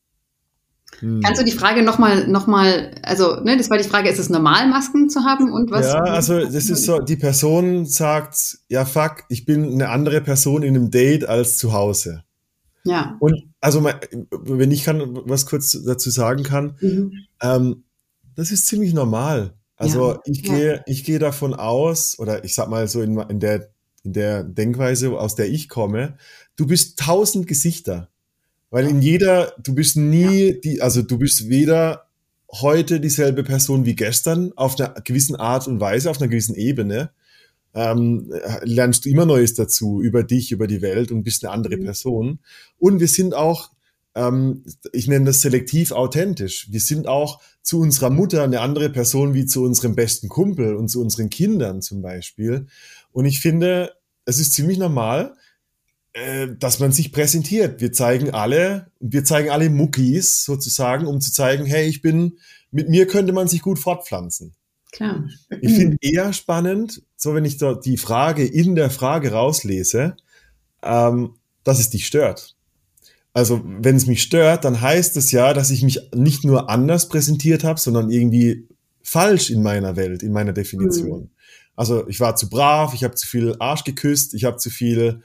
Mhm.
Kannst du die Frage nochmal, noch mal, also, ne, das war die Frage, ist es normal, Masken zu haben und was?
Ja, also das ist so, die Person sagt, ja fuck, ich bin eine andere Person in einem Date als zu Hause.
Ja.
Und also mein- wenn ich kann was kurz dazu sagen kann,
Mhm.
ähm, das ist ziemlich normal. Also
Ja,
ich
ja.
gehe ich gehe davon aus, oder ich sag mal so in, in der in der Denkweise, aus der ich komme, du bist tausend Gesichter. Weil in jeder, du bist nie die, also du bist weder heute dieselbe Person wie gestern auf einer gewissen Art und Weise, auf einer gewissen Ebene. Ähm, lernst du immer Neues dazu über dich, über die Welt und bist eine andere
Mhm.
Person. Und wir sind auch, ähm, ich nenne das selektiv authentisch. Wir sind auch zu unserer Mutter eine andere Person wie zu unserem besten Kumpel und zu unseren Kindern zum Beispiel. Und ich finde, es ist ziemlich normal, äh, dass man sich präsentiert. Wir zeigen alle, wir zeigen alle Muckis sozusagen, um zu zeigen, hey, ich bin, mit mir könnte man sich gut fortpflanzen.
Klar.
Ich finde eher spannend, so wenn ich da die Frage in der Frage rauslese, ähm, dass es dich stört. Also wenn es mich stört, dann heißt es ja, dass ich mich nicht nur anders präsentiert habe, sondern irgendwie falsch in meiner Welt, in meiner Definition.
Mhm.
Also ich war zu brav, ich habe zu viel Arsch geküsst, ich habe zu viel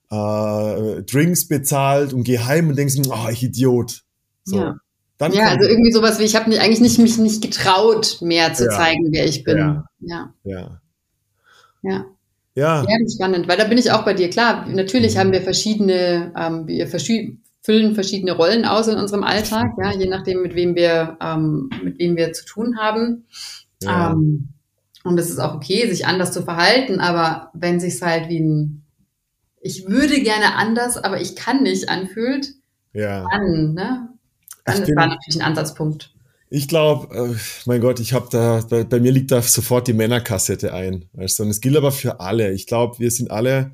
äh, Drinks bezahlt und gehe heim und denke so, oh, ich Idiot. So.
Ja.
Dann
Ja,
kommt-
also irgendwie sowas wie, ich habe mich eigentlich nicht, mich nicht getraut, mehr zu
Ja.
zeigen, wer ich bin.
Ja.
Ja,
ja.
ja.
Ja.
Ja, das ist spannend, weil da bin ich auch bei dir. Klar, natürlich haben wir verschiedene, ähm, wir verschi- füllen verschiedene Rollen aus in unserem Alltag, ja, je nachdem, mit wem wir, ähm, mit wem wir zu tun haben.
Ja.
Ähm, und es ist auch okay, sich anders zu verhalten, aber wenn sich's halt wie ein, ich würde gerne anders, aber ich kann nicht anfühlt,
ja.
dann, ne, dann
Ich
ist
bin-
da natürlich ein Ansatzpunkt.
Ich glaube, äh, mein Gott, ich habe da, bei, bei mir liegt da sofort die Männerkassette ein. Weißt du? Und es gilt aber für alle. Ich glaube, wir sind alle,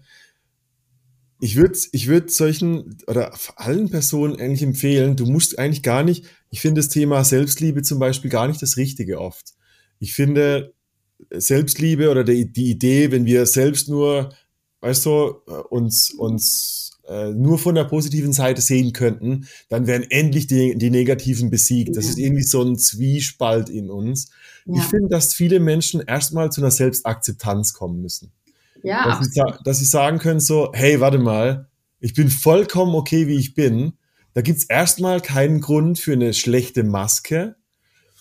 ich würde ich würd solchen oder allen Personen eigentlich empfehlen, du musst eigentlich gar nicht, ich finde das Thema Selbstliebe zum Beispiel gar nicht das Richtige oft. Ich finde Selbstliebe oder die, die Idee, wenn wir selbst nur, weißt du, äh, uns, uns äh, nur von der positiven Seite sehen könnten, dann wären endlich die, die Negativen besiegt. Das
Ja.
ist irgendwie so ein Zwiespalt in uns.
Ja,
Ich finde, dass viele Menschen erstmal zu einer Selbstakzeptanz kommen müssen.
ja,
Dass sie, sa- dass sie sagen können so, hey, warte mal, ich bin vollkommen okay, wie ich bin. Da gibt's erstmal keinen Grund für eine schlechte Maske,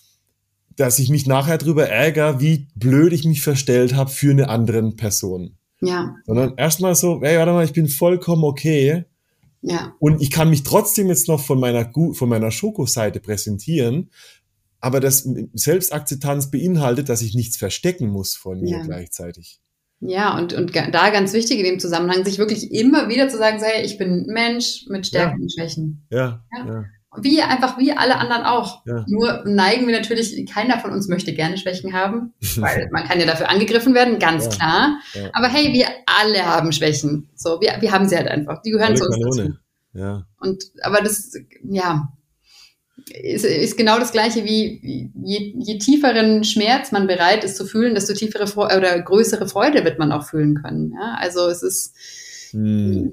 dass ich mich nachher drüber ärgere, wie blöd ich mich verstellt habe für eine andere Person.
Ja.
Sondern erstmal so, hey, warte mal, ich bin vollkommen okay.
Ja.
Und ich kann mich trotzdem jetzt noch von meiner, von meiner Schoko-Seite präsentieren. Aber das Selbstakzeptanz beinhaltet, dass ich nichts verstecken muss von mir
Ja.
gleichzeitig.
Ja, und, und da ganz wichtig in dem Zusammenhang, sich wirklich immer wieder zu sagen, sei, ich bin ein Mensch mit Stärken
Ja.
und Schwächen.
Ja,
Ja.
ja.
Wie einfach wie alle anderen auch.
Ja.
Nur neigen wir natürlich, keiner von uns möchte gerne Schwächen haben, weil man kann ja dafür angegriffen werden, ganz
Ja.
klar.
Ja.
Aber hey, wir alle haben Schwächen. So, wir, wir haben sie halt einfach. Die gehören
Alle
zu uns dazu.
Kanone. Ja.
Und, aber das, ja, ist, ist genau das Gleiche wie, je, je tieferen Schmerz man bereit ist zu fühlen, desto tiefere Freude oder größere Freude wird man auch fühlen können. Ja, also es ist,
Hm.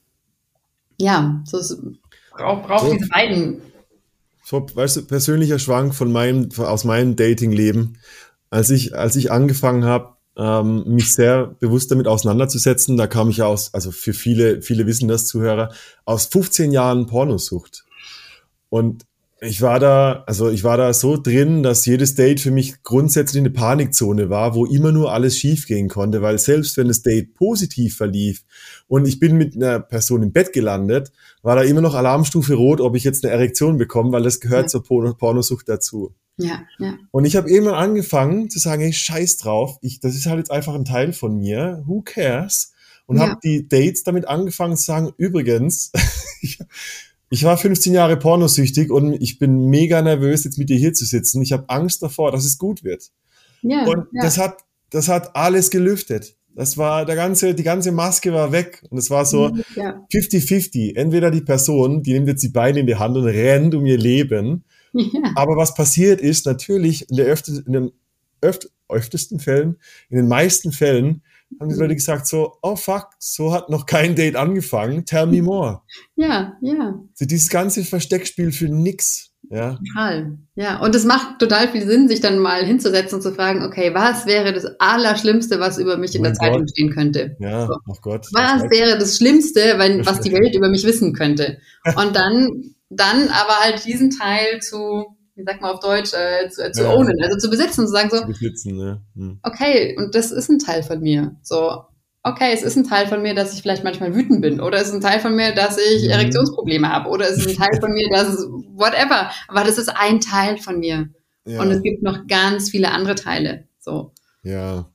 ja, so es braucht, braucht
So.
diese beiden.
So, weißt du, persönlicher Schwank von meinem, aus meinem Datingleben. Als ich, als ich angefangen habe, ähm, mich sehr bewusst damit auseinanderzusetzen, da kam ich aus, also für viele, viele wissen das, Zuhörer, aus fünfzehn Jahren Pornosucht. Und ich war da, also ich war da so drin, dass jedes Date für mich grundsätzlich eine Panikzone war, wo immer nur alles schief gehen konnte, weil selbst wenn das Date positiv verlief und ich bin mit einer Person im Bett gelandet, war da immer noch Alarmstufe rot, ob ich jetzt eine Erektion bekomme, weil das gehört
Ja.
zur Porno- Pornosucht dazu.
Ja, ja.
Und ich habe irgendwann angefangen zu sagen, hey, scheiß drauf, ich, das ist halt jetzt einfach ein Teil von mir, who cares? Und
Ja.
habe die Dates damit angefangen zu sagen, übrigens, ich, ich war fünfzehn Jahre pornosüchtig und ich bin mega nervös, jetzt mit dir hier zu sitzen. Ich habe Angst davor, dass es gut wird.
Ja,
Und
ja.
das hat, das hat alles gelüftet. Das war der ganze, die ganze Maske war weg. Und es war so
ja.
fifty fifty. Entweder die Person, die nimmt jetzt die Beine in die Hand und rennt um ihr Leben.
Ja.
Aber was passiert ist, natürlich, in, der öfter, in den öft, öftesten Fällen, in den meisten Fällen, haben die Leute gesagt so, oh fuck, so hat noch kein Date angefangen, tell me more.
Ja, ja,
So dieses ganze Versteckspiel für nix. Ja,
total. Ja, und es macht total viel Sinn, sich dann mal hinzusetzen und zu fragen, okay, was wäre das Allerschlimmste, was über mich in der
Mein
Zeitung
Gott.
stehen könnte?
ja,
So.
oh Gott.
Was wäre das Schlimmste, wenn, was die Welt über mich wissen könnte? Und dann, dann aber halt diesen Teil zu, wie sagt man auf Deutsch, äh, zu, äh, zu
Ja.
ownen, also zu besitzen und zu sagen so,
Besitzen, ne? Hm.
okay, und das ist ein Teil von mir. So, okay, es ist ein Teil von mir, dass ich vielleicht manchmal wütend bin. Oder es ist ein Teil von mir, dass ich
Mhm.
Erektionsprobleme habe. Oder es ist ein Teil von mir, dass es whatever. Aber das ist ein Teil von mir.
Ja.
Und es gibt noch ganz viele andere Teile. So.
Ja.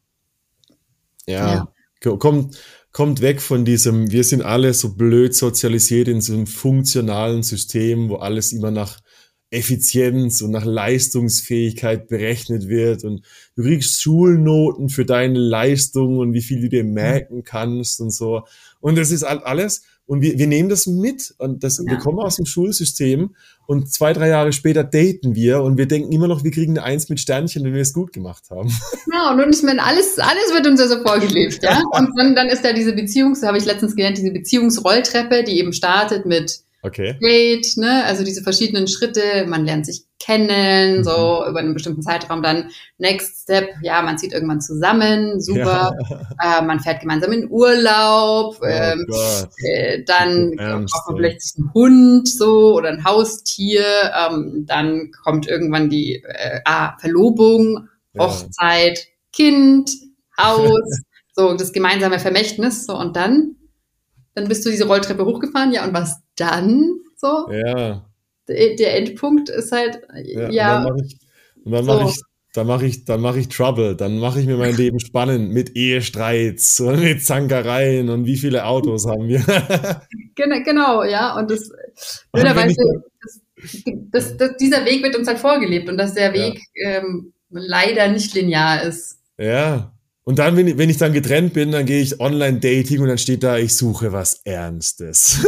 Ja.
Ja. Ko- Kommt, kommt weg von diesem, wir sind alle so blöd sozialisiert in so einem funktionalen System, wo alles immer nach Effizienz und nach Leistungsfähigkeit berechnet wird und du kriegst Schulnoten für deine Leistung und wie viel du dir merken kannst und so. Und das ist all- alles. Und wir, wir nehmen das mit und das,
Ja.
wir kommen aus dem Schulsystem und zwei, drei Jahre später daten wir und wir denken immer noch, wir kriegen eine Eins mit Sternchen, wenn wir es gut gemacht haben.
Ja, und nun ist man alles, alles wird uns ja so vorgelebt, ja. Und dann, dann ist da diese Beziehungs, so habe ich letztens gelernt, diese Beziehungsrolltreppe, die eben startet mit
Okay.
Date, ne, also diese verschiedenen Schritte, man lernt sich kennen,
Mhm.
so über einen bestimmten Zeitraum, dann Next Step, ja, man zieht irgendwann zusammen, super, äh, man fährt gemeinsam in Urlaub,
Oh
ähm,
Gott.
äh, dann
Ernst,
braucht man
ey.
vielleicht sich einen Hund, so, oder ein Haustier, ähm, dann kommt irgendwann die äh, ah, Verlobung,
Ja.
Hochzeit, Kind, Haus, so das gemeinsame Vermächtnis, so, und dann dann bist du diese Rolltreppe hochgefahren, ja, und was dann so?
Ja.
Der, der Endpunkt ist halt,
Ja,
ja,
und dann mache ich, und dann
so.
mache ich, dann mache ich, dann mache ich Trouble, dann mache ich mir mein Leben spannend mit Ehestreits und mit Zankereien und wie viele Autos haben wir.
Genau, genau, ja, und das,
Und wenn
blöderweise,
ich-
das, das, das, dieser Weg wird uns halt vorgelebt und dass der Weg ähm, leider nicht linear ist.
Ja. Und dann, wenn ich, wenn ich dann getrennt bin, dann gehe ich Online-Dating und dann steht da, ich suche was Ernstes.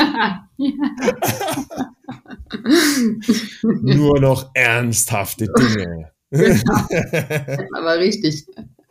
Nur noch ernsthafte Dinge.
Aber richtig.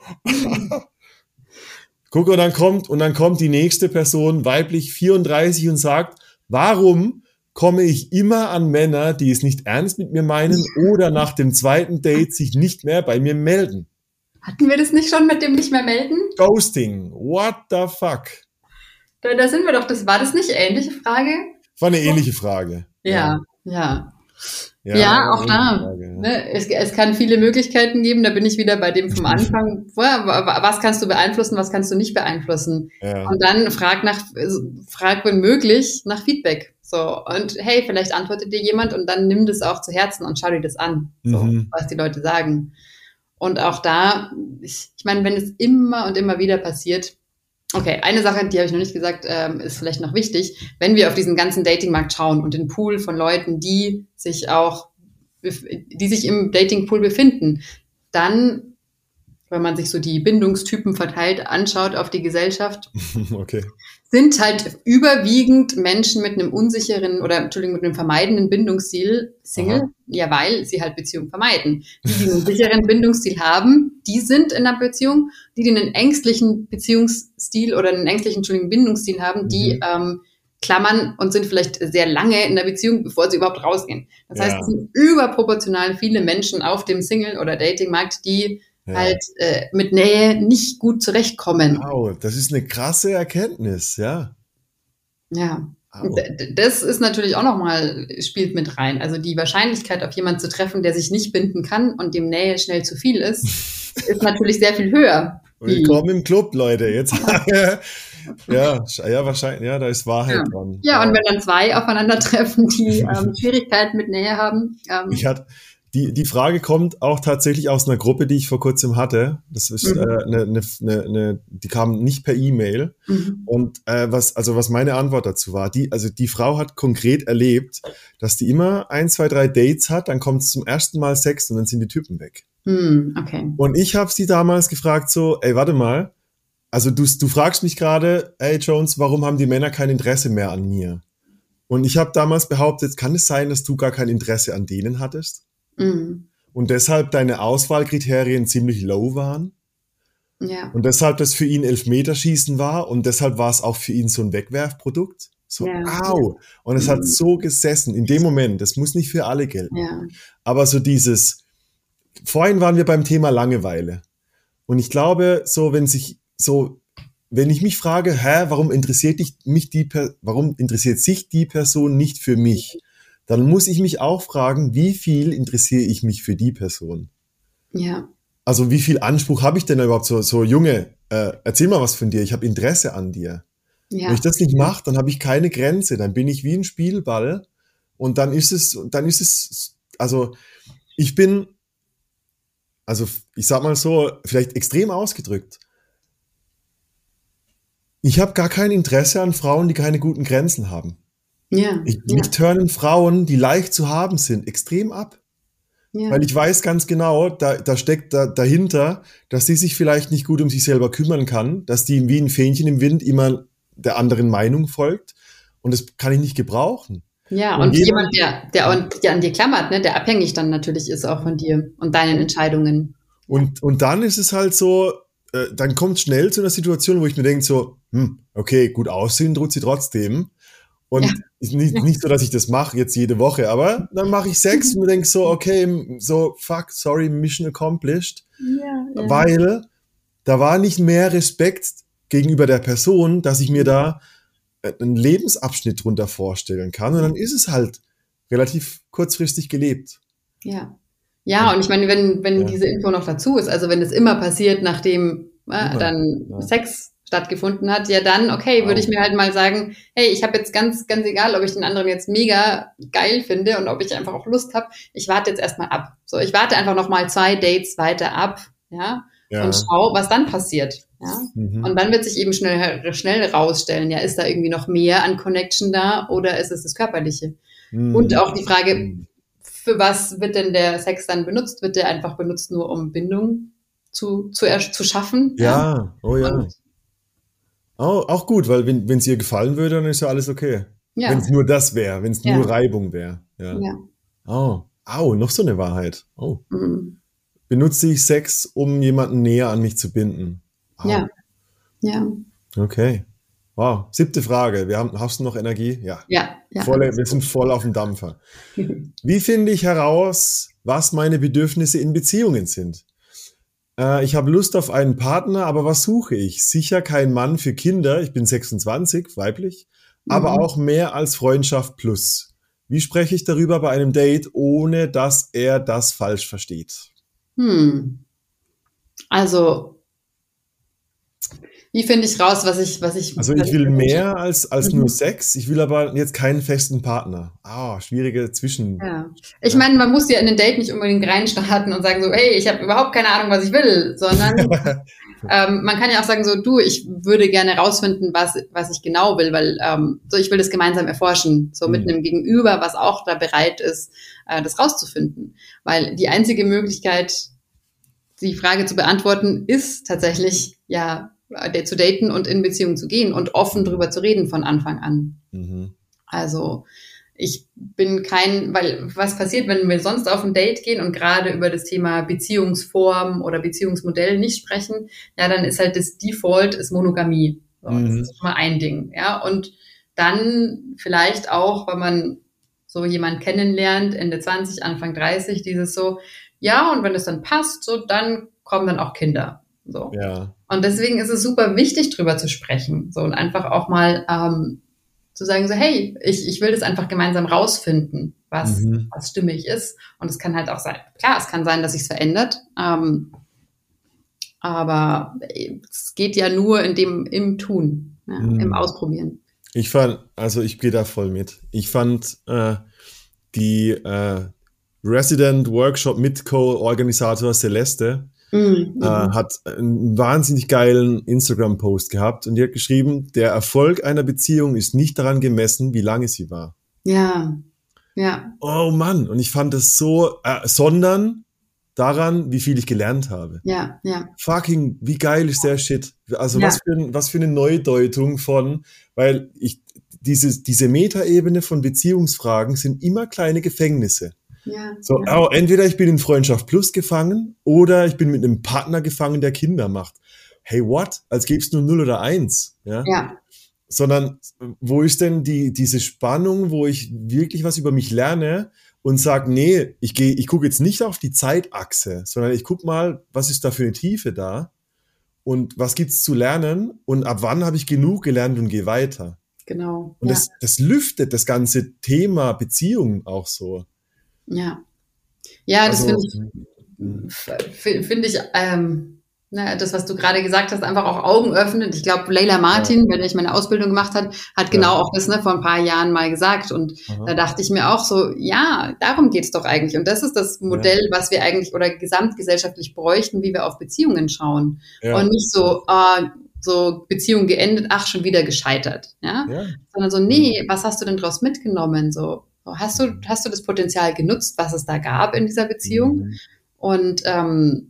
Guck, und dann kommt, und dann kommt die nächste Person, weiblich vierunddreißig, und sagt, warum komme ich immer an Männer, die es nicht ernst mit mir meinen oder nach dem zweiten Date sich nicht mehr bei mir melden?
Hatten wir das nicht schon mit dem nicht mehr melden?
Ghosting. What the fuck?
Da, da sind wir doch, das war das nicht ähnliche Frage?
War eine ähnliche Frage.
Ja, ja. Ja, ja auch da. Frage, ja. Ne, es, es kann viele Möglichkeiten geben, da bin ich wieder bei dem vom Anfang. Was kannst du beeinflussen, was kannst du nicht beeinflussen? Ja. Und dann frag nach, frag wenn möglich nach Feedback. So, und hey, vielleicht antwortet dir jemand und dann nimm das auch zu Herzen und schau dir das an, so, mhm. was die Leute sagen. Und auch da, ich, ich meine, wenn es immer und immer wieder passiert, okay, eine Sache, die habe ich noch nicht gesagt, ähm, ist vielleicht noch wichtig. Wenn wir auf diesen ganzen Datingmarkt schauen und den Pool von Leuten, die sich auch, die sich im Datingpool befinden, dann, wenn man sich so die Bindungstypen verteilt anschaut auf die Gesellschaft,
okay.
sind halt überwiegend Menschen mit einem unsicheren oder, Entschuldigung, mit einem vermeidenden Bindungsstil Single, Aha. ja, weil sie halt Beziehungen vermeiden. Die, die einen sicheren Bindungsstil haben, die sind in einer Beziehung. Die, die einen ängstlichen Beziehungsstil oder einen ängstlichen, Entschuldigung, Bindungsstil haben, die mhm. ähm, klammern und sind vielleicht sehr lange in der Beziehung, bevor sie überhaupt rausgehen. Das ja. heißt, es sind überproportional viele Menschen auf dem Single- oder Datingmarkt, die Ja. halt äh, mit Nähe nicht gut zurechtkommen.
Wow, das ist eine krasse Erkenntnis, ja.
Ja, wow. D- das ist natürlich auch nochmal, spielt mit rein. Also die Wahrscheinlichkeit, auf jemanden zu treffen, der sich nicht binden kann und dem Nähe schnell zu viel ist, ist natürlich sehr viel höher.
Willkommen im Club, Leute. Jetzt ja, ja, wahrscheinlich, ja, da ist Wahrheit
ja.
dran.
Ja, und wenn dann zwei aufeinandertreffen, die ähm, Schwierigkeiten mit Nähe haben. Ähm,
ich hatte Die, die Frage kommt auch tatsächlich aus einer Gruppe, die ich vor kurzem hatte. Das ist mhm. äh, eine, eine, eine, die kam nicht per E-Mail. Mhm. Und äh, was, also was meine Antwort dazu war, die, also die Frau hat konkret erlebt, dass die immer ein, zwei, drei Dates hat, dann kommt es zum ersten Mal Sex und dann sind die Typen weg.
Mhm, okay.
Und ich habe sie damals gefragt so, ey, warte mal, also du, du fragst mich gerade, ey Jones, warum haben die Männer kein Interesse mehr an mir? Und ich habe damals behauptet, kann es sein, dass du gar kein Interesse an denen hattest? Mhm. Und deshalb deine Auswahlkriterien ziemlich low waren.
Ja.
Und deshalb das für ihn Elfmeterschießen war und deshalb war es auch für ihn so ein Wegwerfprodukt. So,
ja.
au! Und es mhm. hat so gesessen in dem Moment. Das muss nicht für alle gelten.
Ja.
Aber so dieses, vorhin waren wir beim Thema Langeweile. Und ich glaube, so, wenn sich, so, wenn ich mich frage, hä, warum interessiert dich, mich die, warum interessiert sich die Person nicht für mich? Dann muss ich mich auch fragen, wie viel interessiere ich mich für die Person?
Ja.
Also wie viel Anspruch habe ich denn überhaupt so, so Junge, äh, erzähl mal was von dir, ich habe Interesse an dir. Ja. Wenn ich das nicht mache, dann habe ich keine Grenze, dann bin ich wie ein Spielball und dann ist es, dann ist es, also ich bin, also ich sag mal so, vielleicht extrem ausgedrückt, ich habe gar kein Interesse an Frauen, die keine guten Grenzen haben.
Ja,
ich,
ja.
Mich turnen Frauen, die leicht zu haben sind, extrem ab. Ja. Weil ich weiß ganz genau, da, da steckt da, dahinter, dass sie sich vielleicht nicht gut um sich selber kümmern kann, dass die wie ein Fähnchen im Wind immer der anderen Meinung folgt. Und das kann ich nicht gebrauchen.
Ja, und, und jemand, der, der, der an dir klammert, ne, der abhängig dann natürlich ist auch von dir und deinen Entscheidungen.
Und, und dann ist es halt so, äh, dann kommt es schnell zu einer Situation, wo ich mir denke so, hm, okay, gut aussehen tut sie trotzdem. Und ja. nicht, nicht so, dass ich das mache jetzt jede Woche, aber dann mache ich Sex und denke so, okay, so fuck, sorry, Mission accomplished.
Ja, ja.
Weil da war nicht mehr Respekt gegenüber der Person, dass ich mir da einen Lebensabschnitt drunter vorstellen kann. Und dann ist es halt relativ kurzfristig gelebt.
Ja. Ja, und ich meine, wenn, wenn ja. diese Info noch dazu ist, also wenn es immer passiert, nachdem äh, dann ja. Sex stattgefunden hat, ja dann, okay, würde ich mir halt mal sagen, hey, ich habe jetzt ganz, ganz egal, ob ich den anderen jetzt mega geil finde und ob ich einfach auch Lust habe, ich warte jetzt erstmal ab. So, ich warte einfach noch mal zwei Dates weiter ab, ja, ja. und schau, was dann passiert, ja. Mhm. Und dann wird sich eben schnell, schnell rausstellen, ja, ist da irgendwie noch mehr an Connection da oder ist es das Körperliche? Mhm. Und auch die Frage, für was wird denn der Sex dann benutzt? Wird der einfach benutzt nur, um Bindung zu, zu, zu schaffen?
Ja, ja. oh ja. Und Oh, auch gut, weil wenn es ihr gefallen würde, dann ist ja alles okay. Ja. Wenn es nur das wäre, wenn es ja. nur Reibung wäre. Ja.
ja.
Oh, au, noch so eine Wahrheit. Oh. Mhm. Benutze ich Sex, um jemanden näher an mich zu binden? Wow.
Ja. Ja.
Okay. Wow. Siebte Frage. Wir haben, hast du noch Energie? Ja.
Ja. ja.
Volle, wir sind voll auf dem Dampfer. Wie finde ich heraus, was meine Bedürfnisse in Beziehungen sind? Ich habe Lust auf einen Partner, aber was suche ich? Sicher kein Mann für Kinder, ich bin sechsundzwanzig, weiblich, mhm. aber auch mehr als Freundschaft plus. Wie spreche ich darüber bei einem Date, ohne dass er das falsch versteht?
Hm. Also, wie finde ich raus, was ich, was ich.
Also
was
ich will
ich
mehr als, als
Mhm.
nur Sex. Ich will aber jetzt keinen festen Partner. Ah, schwierige Zwischen.
Ja. Ich meine, man muss ja in ein Date nicht unbedingt reinstarten und sagen so, hey, ich habe überhaupt keine Ahnung, was ich will, sondern ähm, man kann ja auch sagen so, du, ich würde gerne rausfinden, was, was ich genau will, weil ähm, so ich will das gemeinsam erforschen, so mit
Mhm.
einem Gegenüber, was auch da bereit ist, äh, das rauszufinden. Weil die einzige Möglichkeit, die Frage zu beantworten, ist tatsächlich, ja, äh, zu daten und in Beziehung zu gehen und offen drüber zu reden von Anfang an.
Mhm.
Also ich bin kein, weil was passiert, wenn wir sonst auf ein Date gehen und gerade über das Thema Beziehungsform oder Beziehungsmodell nicht sprechen, ja, dann ist halt das Default ist Monogamie. So, das
Mhm.
ist schon mal ein Ding, ja. Und dann vielleicht auch, wenn man so jemanden kennenlernt, Ende zwanzig, Anfang dreißig, dieses so, ja, und wenn es dann passt, so, dann kommen dann auch Kinder. So.
Ja.
Und deswegen ist es super wichtig, drüber zu sprechen. So, und einfach auch mal ähm, zu sagen so, hey, ich, ich will das einfach gemeinsam rausfinden, was,
Mhm.
was stimmig ist. Und es kann halt auch sein, klar, es kann sein, dass sich's verändert, ähm, aber es geht ja nur in dem, im Tun, ja,
Mhm.
im Ausprobieren.
Ich fand, also ich gehe da voll mit. Ich fand äh, die äh, Resident Workshop mit Co-Organisator Celeste
Mhm.
äh, hat einen wahnsinnig geilen Instagram-Post gehabt und die hat geschrieben, der Erfolg einer Beziehung ist nicht daran gemessen, wie lange sie war.
Ja, ja,
Oh Mann, und ich fand das so, äh, sondern daran, wie viel ich gelernt habe.
ja, ja,
Fucking, wie geil ist der Shit? Also
Ja.
was für, ein, was für eine Neudeutung von, weil ich diese, diese Metaebene von Beziehungsfragen sind immer kleine Gefängnisse.
ja.
So,
ja.
oh, entweder ich bin in Freundschaft Plus gefangen oder ich bin mit einem Partner gefangen, der Kinder macht. Hey, what? Als gäbe es nur null oder eins. Ja?
Ja,
Sondern wo ist denn die, diese Spannung, wo ich wirklich was über mich lerne und sage, nee, ich gehe, ich gucke jetzt nicht auf die Zeitachse, sondern ich gucke mal, was ist da für eine Tiefe da und was gibt's zu lernen und ab wann habe ich genug gelernt und gehe weiter.
genau.
Und
ja.
das, das lüftet das ganze Thema Beziehung auch so.
Ja, ja, das
Also,
finde ich, finde ich, ähm, na, das, was du gerade gesagt hast, einfach auch Augen öffnet. Ich glaube, Leila Martin, wenn ich meine Ausbildung gemacht hat, hat genau
Ja.
auch das ne, vor ein paar Jahren mal gesagt. Und
Aha.
da dachte ich mir auch so, ja, darum geht's doch eigentlich. Und das ist das Modell, was wir eigentlich oder gesamtgesellschaftlich bräuchten, wie wir auf Beziehungen schauen.
Ja.
Und nicht so, ah, so Beziehung geendet, ach, schon wieder gescheitert. Ja?
Ja.
Sondern so, nee, was hast du denn daraus mitgenommen? So, hast du, hast du das Potenzial genutzt, was es da gab in dieser Beziehung?
Mhm.
Und ähm,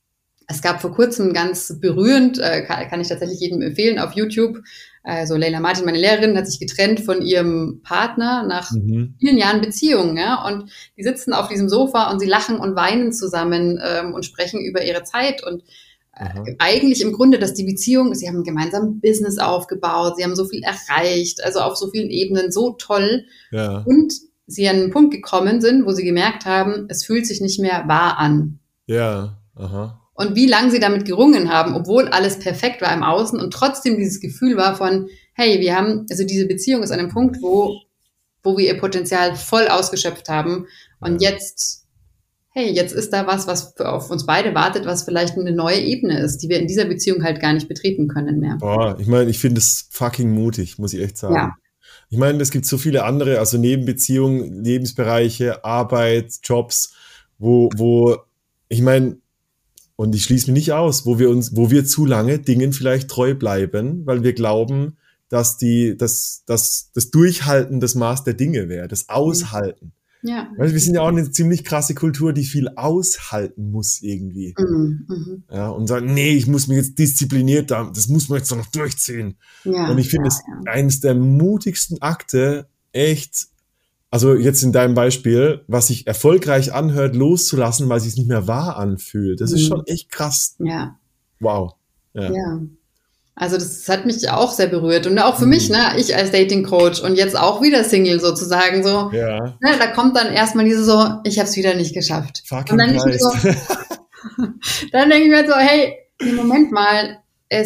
es gab vor kurzem ganz berührend, äh, kann, kann ich tatsächlich jedem empfehlen, auf YouTube, also Leila Martin, meine Lehrerin, hat sich getrennt von ihrem Partner nach
Mhm.
vielen Jahren Beziehung, ja, und die sitzen auf diesem Sofa und sie lachen und weinen zusammen ähm, und sprechen über ihre Zeit und
Aha.
äh, eigentlich im Grunde, dass die Beziehung, sie haben gemeinsam ein Business aufgebaut, sie haben so viel erreicht, also auf so vielen Ebenen so toll
Ja.
und sie an einen Punkt gekommen sind, wo sie gemerkt haben, es fühlt sich nicht mehr wahr an.
Ja. Aha.
Und wie lange sie damit gerungen haben, obwohl alles perfekt war im Außen und trotzdem dieses Gefühl war von, hey, wir haben, also diese Beziehung ist an einem Punkt, wo, wo wir ihr Potenzial voll ausgeschöpft haben und
Ja.
jetzt, hey, jetzt ist da was, was für auf uns beide wartet, was vielleicht eine neue Ebene ist, die wir in dieser Beziehung halt gar nicht betreten können mehr.
Boah, ich meine, ich finde es fucking mutig, muss ich echt sagen.
Ja.
Ich meine, es gibt so viele andere, also Nebenbeziehungen, Lebensbereiche, Arbeit, Jobs, wo, wo, ich meine, und ich schließe mich nicht aus, wo wir uns, wo wir zu lange Dingen vielleicht treu bleiben, weil wir glauben, dass die, dass, dass das Durchhalten das Maß der Dinge wäre, das Aushalten.
Ja.
Weil wir sind ja auch eine ziemlich krasse Kultur, die viel aushalten muss irgendwie.
Mhm. Mhm.
Ja, und sagen, nee, ich muss mich jetzt diszipliniert, da- das muss man jetzt doch noch durchziehen.
Ja.
Und ich finde
ja,
es eines der mutigsten Akte, echt, also jetzt in deinem Beispiel, was sich erfolgreich anhört, loszulassen, weil es sich nicht mehr wahr anfühlt. Das ist
Mhm.
schon echt krass.
Ja.
Wow. Ja.
Ja. Also das hat mich auch sehr berührt und auch für
Mhm.
mich, ne, ich als Dating-Coach und jetzt auch wieder Single sozusagen so,
Ja.
ne, da kommt dann erstmal diese so, ich habe es wieder nicht geschafft.
Fucking
Und dann denke ich mir
Christ.
so, dann denke ich mir so, hey, nee, Moment mal, es,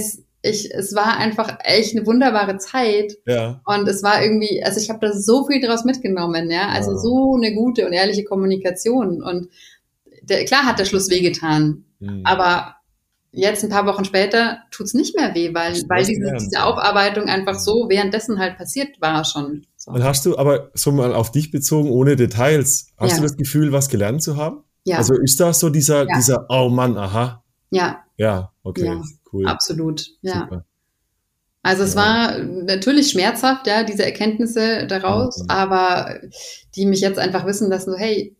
ich, es war einfach echt eine wunderbare Zeit.
Ja.
Und es war irgendwie, also ich habe da so viel draus mitgenommen, ja. Also
Ja.
so eine gute und ehrliche Kommunikation. Und der, klar hat der Schluss wehgetan,
Mhm.
aber jetzt ein paar Wochen später tut's nicht mehr weh, weil,
Hast du
weil
was
diese,
gelernt,
diese
ja.
Aufarbeitung einfach so währenddessen halt passiert war schon. So.
Und hast du aber so mal auf dich bezogen, ohne Details, hast
Ja.
du das Gefühl, was gelernt zu haben?
Ja,
Also ist das so dieser,
Ja.
dieser, oh Mann, aha,
ja,
ja, okay,
Ja.
cool,
absolut, ja.
super.
Also es
Ja.
war natürlich schmerzhaft, ja, diese Erkenntnisse daraus,
Mhm.
aber die mich jetzt einfach wissen lassen, so hey,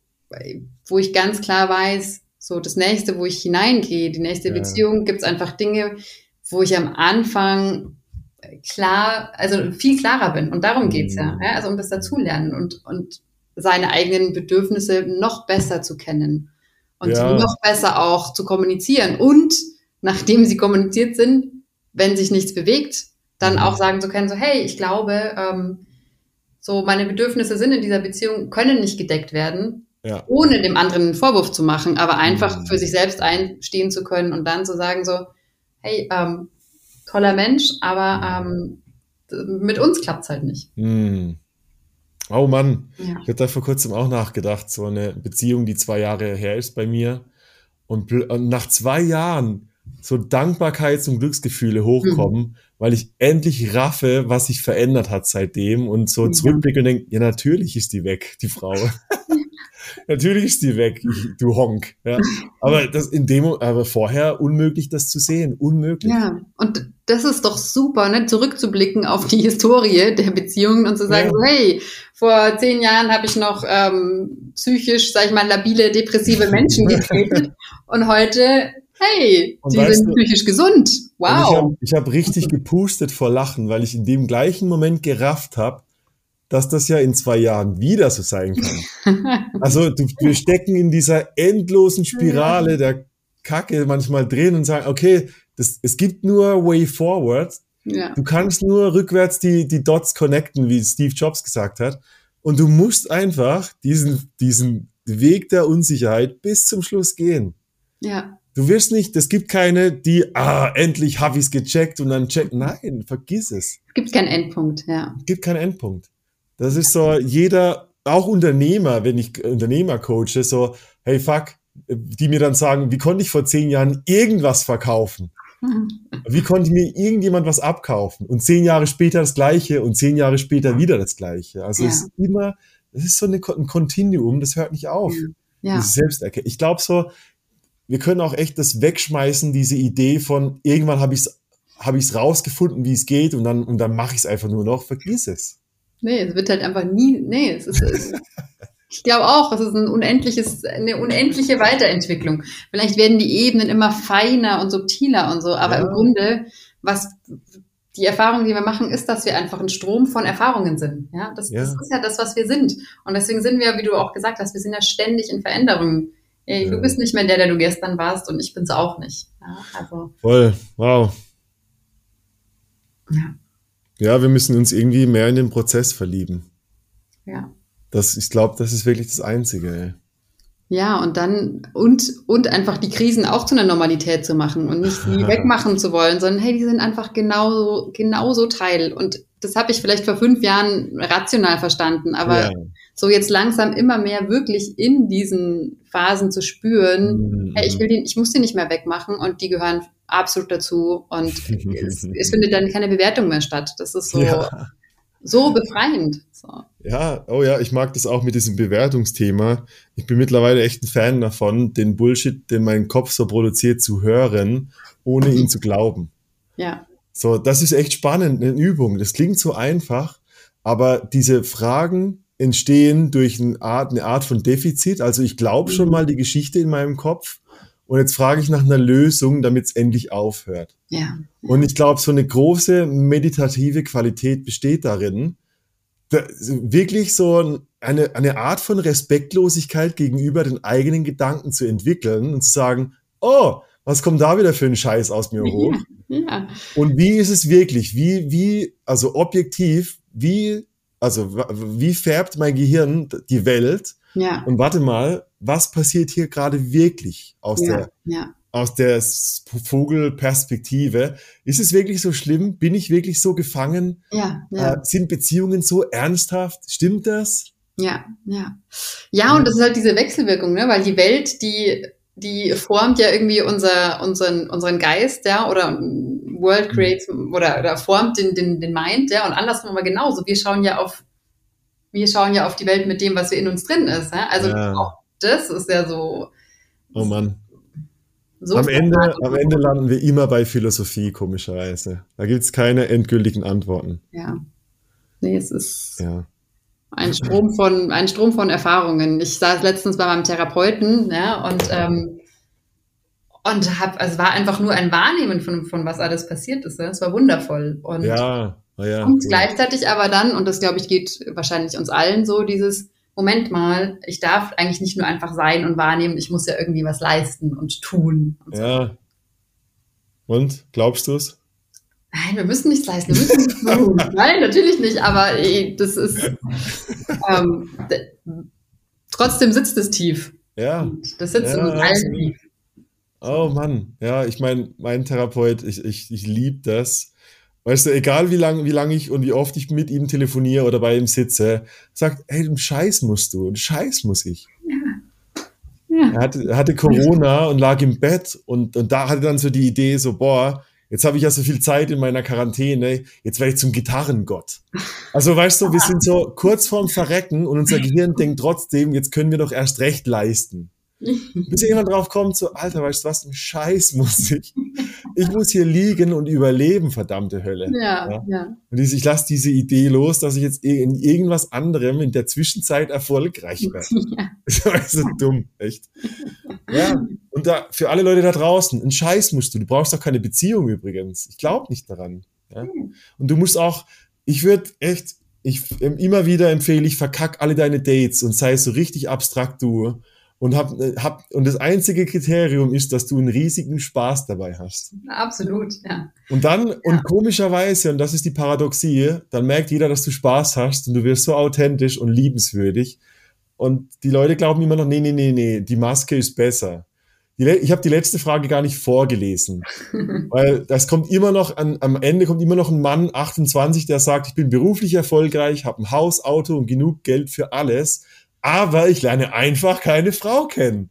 wo ich ganz klar weiß, so das nächste, wo ich hineingehe, die nächste
Ja.
Beziehung, gibt's einfach Dinge, wo ich am Anfang klar, also viel klarer bin. Und darum geht's ja,
Mhm.
ja, also um das Dazulernen und, und seine eigenen Bedürfnisse noch besser zu kennen und
Ja.
noch besser auch zu kommunizieren. Und nachdem sie kommuniziert sind, wenn sich nichts bewegt, dann
Mhm.
auch sagen zu können, so hey, ich glaube, ähm, so meine Bedürfnisse sind in dieser Beziehung, können nicht gedeckt werden,
Ja.
ohne dem anderen einen Vorwurf zu machen, aber einfach
Mhm.
für sich selbst einstehen zu können und dann zu sagen so, hey, ähm, toller Mensch, aber ähm, mit uns klappt's halt nicht.
Hm. Oh Mann,
Ja.
ich habe da vor kurzem auch nachgedacht, so eine Beziehung, die zwei Jahre her ist bei mir und, bl- und nach zwei Jahren so Dankbarkeits- und Glücksgefühle hochkommen, weil ich endlich raffe, was sich verändert hat seitdem und so
Ja.
zurückblicke und denke, ja natürlich ist die weg, die Frau. Natürlich ist die weg, ich, du Honk. Ja. Aber das in dem, aber vorher unmöglich, das zu sehen, unmöglich.
Ja, und das ist doch super, ne? Zurückzublicken auf die Historie der Beziehungen und zu sagen,
Ja.
so, hey, vor zehn Jahren habe ich noch ähm, psychisch, sag ich mal, labile, depressive Menschen gedatet und heute, hey,
Und
die
weißt
sind
du-
psychisch gesund.
Und ich
Wow.
habe ich hab richtig gepustet vor Lachen, weil ich in dem gleichen Moment gerafft habe, dass das ja in zwei Jahren wieder so sein kann. Also du, wir stecken in dieser endlosen Spirale der Kacke manchmal drin und sagen, okay, das, es gibt nur Way Forward.
Ja,
Du kannst nur rückwärts die, die Dots connecten, wie Steve Jobs gesagt hat. Und du musst einfach diesen, diesen Weg der Unsicherheit bis zum Schluss gehen.
ja,
Du wirst nicht, es gibt keine, die, ah, endlich habe ich's gecheckt und dann check. Nein, vergiss es.
es gibt keinen Endpunkt, ja.
Es gibt keinen Endpunkt. Das ist so, jeder, auch Unternehmer, wenn ich Unternehmer coache, so, hey fuck, die mir dann sagen, wie konnte ich vor zehn Jahren irgendwas verkaufen? Wie konnte mir irgendjemand was abkaufen? Und zehn Jahre später das Gleiche und zehn Jahre später wieder das Gleiche. Also
Ja.
es ist immer, es ist so eine, ein Kontinuum, das hört nicht auf.
Ja,
Diese Selbsterkennung. Ich glaube so, wir können auch echt das wegschmeißen, diese Idee von, irgendwann habe ich es hab ich's rausgefunden, wie es geht und dann, und dann mache ich es einfach nur noch. Vergiss es.
nee, es wird halt einfach nie, nee, es ist, es, ich glaube auch, es ist ein unendliches, eine unendliche Weiterentwicklung. Vielleicht werden die Ebenen immer feiner und subtiler und so, aber
Ja.
im Grunde, was die Erfahrung, die wir machen, ist, dass wir einfach ein Strom von Erfahrungen sind. Ja, das,
Ja.
das ist ja das, was wir sind. Und deswegen sind wir, wie du auch gesagt hast, wir sind ja ständig in Veränderungen. Ey,
Ja.
du bist nicht mehr der, der du gestern warst und ich bin's auch nicht. Ja, also,
Voll, wow.
ja,
Ja, wir müssen uns irgendwie mehr in den Prozess verlieben.
ja.
Das, ich glaube, das ist wirklich das Einzige. Ey.
Ja, und dann, und, und einfach die Krisen auch zu einer Normalität zu machen und nicht die wegmachen zu wollen, sondern hey, die sind einfach genauso, genauso Teil. Und das habe ich vielleicht vor fünf Jahren rational verstanden, aber
Ja.
so jetzt langsam immer mehr wirklich in diesen Phasen zu spüren,
Mhm.
hey, ich will den, ich muss die nicht mehr wegmachen und die gehören absolut dazu und es, es findet dann keine Bewertung mehr statt. Das ist so,
Ja.
so befreiend. So.
Ja, oh ja, ich mag das auch mit diesem Bewertungsthema. Ich bin mittlerweile echt ein Fan davon, den Bullshit, den mein Kopf so produziert, zu hören, ohne ihn zu glauben.
Ja,
So, das ist echt spannend, eine Übung. Das klingt so einfach, aber diese Fragen entstehen durch eine Art, eine Art von Defizit. Also ich glaube schon mal die Geschichte in meinem Kopf und jetzt frage ich nach einer Lösung, damit es endlich aufhört.
ja,
Und ich glaube, so eine große meditative Qualität besteht darin, da, wirklich so eine, eine Art von Respektlosigkeit gegenüber den eigenen Gedanken zu entwickeln und zu sagen, oh, was kommt da wieder für ein Scheiß aus mir hoch?
ja,
Und wie ist es wirklich? Wie, wie, also objektiv, wie, also w- wie färbt mein Gehirn die Welt?
ja,
Und warte mal, was passiert hier gerade wirklich aus
ja,
der,
ja,
aus der Vogelperspektive. Ist es wirklich so schlimm? Bin ich wirklich so gefangen?
Ja, ja.
Äh, sind Beziehungen so ernsthaft? Stimmt das?
Ja, ja. Ja, und das ist halt diese Wechselwirkung, ne? Weil die Welt, die, die formt ja irgendwie unser, unseren, unseren Geist, ja, oder World creates, oder, oder formt den, den, den Mind, ja, und andersrum aber genauso. Wir schauen ja auf, wir schauen ja auf die Welt mit dem, was wir in uns drin ist, ja. Also
Ja.
auch das ist ja so.
Oh Mann.
so
Am Ende, am Ende landen wir immer bei Philosophie, komischerweise. Da gibt es keine endgültigen Antworten.
Ja. Nee, es ist.
Ja.
Ein Strom von, ein Strom von Erfahrungen. Ich saß letztens bei meinem Therapeuten, ja, und, ähm, und hab, also es war einfach nur ein Wahrnehmen von, von was alles passiert ist. Ja. Es war wundervoll. Und,
Ja, oh ja,
und
cool.
gleichzeitig aber dann, und das glaube ich geht wahrscheinlich uns allen so, dieses, Moment mal, ich darf eigentlich nicht nur einfach sein und wahrnehmen, ich muss ja irgendwie was leisten und tun. Und so.
Ja. Und, glaubst du es?
Nein, wir müssen nichts leisten, wir müssen nichts tun. Nein, natürlich nicht, aber ey, das ist, ähm, d- trotzdem sitzt es tief.
Ja.
Und das sitzt
Ja,
in uns allen
absolut.
tief.
Oh Mann, ja, ich meine, mein Therapeut, ich, ich, ich liebe das. Weißt du, egal wie lange wie lang ich und wie oft ich mit ihm telefoniere oder bei ihm sitze, sagt, hey, den Scheiß musst du, den Scheiß muss ich.
Ja.
Er hatte, er hatte Corona und lag im Bett und, und da hatte dann so die Idee so, boah, jetzt habe ich ja so viel Zeit in meiner Quarantäne, jetzt werde ich zum Gitarrengott. Also weißt du, wir sind so kurz vorm Verrecken und unser Gehirn denkt trotzdem, jetzt können wir doch erst recht leisten. Bis jemand drauf kommt, so, Alter, weißt du was, ein Scheiß muss ich. Ich muss hier liegen und überleben, verdammte Hölle.
Ja,
Ja.
ja.
Und ich lasse diese Idee los, dass ich jetzt in irgendwas anderem in der Zwischenzeit erfolgreich werde.
Ja.
Das war so dumm, echt. Ja, und da, für alle Leute da draußen, ein Scheiß musst du, du brauchst doch keine Beziehung übrigens. Ich glaube nicht daran. Ja? Und du musst auch, ich würde echt, ich immer wieder empfehle ich, verkack alle deine Dates und sei so richtig abstrakt du und hab, hab, und das einzige Kriterium ist, dass du einen riesigen Spaß dabei hast.
Absolut, ja.
Und dann, und komischerweise, und das ist die Paradoxie, dann merkt jeder, dass du Spaß hast und du wirst so authentisch und liebenswürdig. Und die Leute glauben immer noch, nee, nee, nee, nee, die Maske ist besser. Die, ich habe die letzte Frage gar nicht vorgelesen, weil das kommt immer noch, an, am Ende kommt immer noch ein Mann, achtundzwanzig, der sagt, ich bin beruflich erfolgreich, habe ein Haus, Auto und genug Geld für alles, aber ich lerne einfach keine Frau kennen.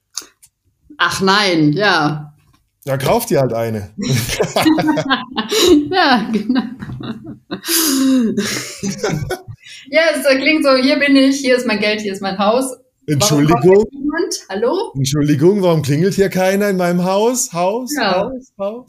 Ach nein, ja.
Da kauft ihr halt eine.
Ja, genau. Ja, es klingt so, hier bin ich, hier ist mein Geld, hier ist mein Haus.
Entschuldigung.
Warum kommt jetzt niemand? Hallo?
Entschuldigung, warum klingelt hier keiner in meinem Haus? Haus,
Ja.
Haus, Haus.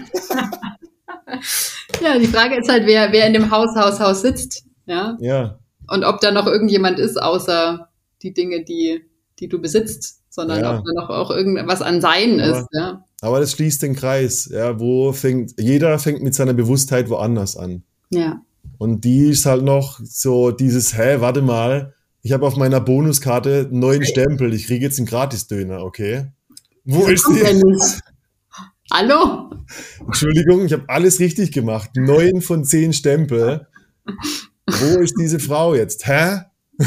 Ja, die Frage ist halt, wer, wer in dem Haus, Haus, Haus sitzt. Ja.
Ja,
Und ob da noch irgendjemand ist, außer die Dinge, die, die du besitzt, sondern
Ja.
ob da noch auch irgendwas an Sein
Aber-
ist. Ja.
aber das schließt den Kreis. Ja, wo fängt, jeder fängt mit seiner Bewusstheit woanders an.
Ja.
Und die ist halt noch so dieses, hä, warte mal, ich habe auf meiner Bonuskarte einen neuen Stempel, ich kriege jetzt einen Gratis-Döner, okay? Wo ist
Kommt der
die?
nicht? Hallo?
Entschuldigung, ich habe alles richtig gemacht. Neun von zehn Stempel. Wo ist diese Frau jetzt? Hä?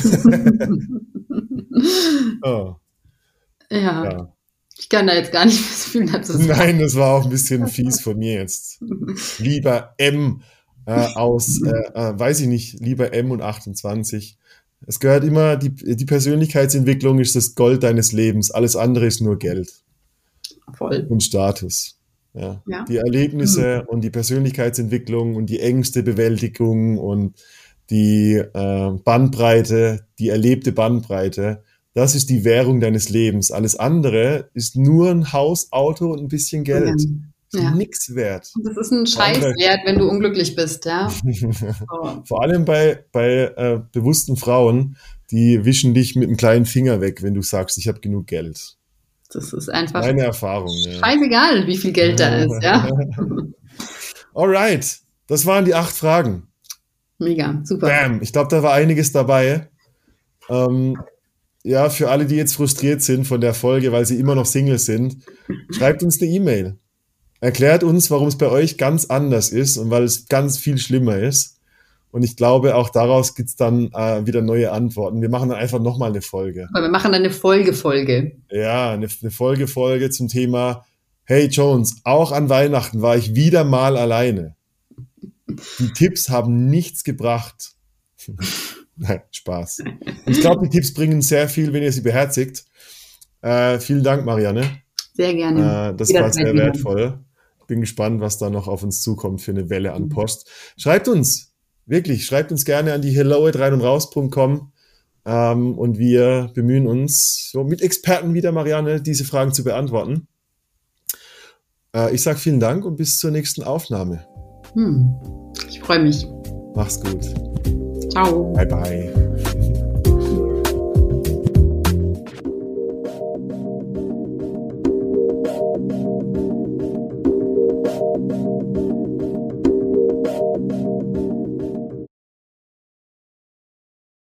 Oh,
Ja.
ja.
Ich kann da jetzt gar nicht so viel dazu sagen.
Nein, das war auch ein bisschen fies von mir jetzt. Lieber M äh, aus, äh, äh, weiß ich nicht, lieber M und achtundzwanzig. Es gehört immer, die, die Persönlichkeitsentwicklung ist das Gold deines Lebens. Alles andere ist nur Geld
Voll.
und Status. Ja.
Ja.
Die Erlebnisse und die Persönlichkeitsentwicklung und die Ängstebewältigung und die äh, Bandbreite, die erlebte Bandbreite, das ist die Währung deines Lebens. Alles andere ist nur ein Haus, Auto und ein bisschen Geld. Ist
Ja.
nix wert.
Das ist ein Scheißwert, wenn du unglücklich bist, ja. So.
Vor allem bei, bei äh, bewussten Frauen, die wischen dich mit einem kleinen Finger weg, wenn du sagst, ich habe genug Geld.
Das ist einfach
Meine Erfahrung. Ja.
scheißegal, wie viel Geld da ist, ja.
Alright, das waren die acht Fragen.
Mega, super.
Bam, ich glaube, da war einiges dabei. Ähm, ja, für alle, die jetzt frustriert sind von der Folge, weil sie immer noch Single sind, schreibt uns eine E-Mail. Erklärt uns, warum es bei euch ganz anders ist und weil es ganz viel schlimmer ist. Und ich glaube, auch daraus gibt's dann äh, wieder neue Antworten. Wir machen dann einfach nochmal eine Folge.
Aber wir machen dann eine Folge-Folge.
Ja, eine, eine Folge-Folge zum Thema Hey Jones, auch an Weihnachten war ich wieder mal alleine. Die Tipps haben nichts gebracht. Nein, Spaß. Ich glaube, die Tipps bringen sehr viel, wenn ihr sie beherzigt. Äh, vielen Dank, Marianne.
Sehr gerne.
Äh, das war sehr wertvoll. Bin gespannt, was da noch auf uns zukommt für eine Welle an Post. Schreibt uns, wirklich, schreibt uns gerne an die hello at rein und raus punkt com ähm, und wir bemühen uns, so mit Experten wieder, Marianne, diese Fragen zu beantworten. Äh, ich sage vielen Dank und bis zur nächsten Aufnahme.
Hm. Ich freue mich.
Mach's gut.
Ciao.
Bye, bye.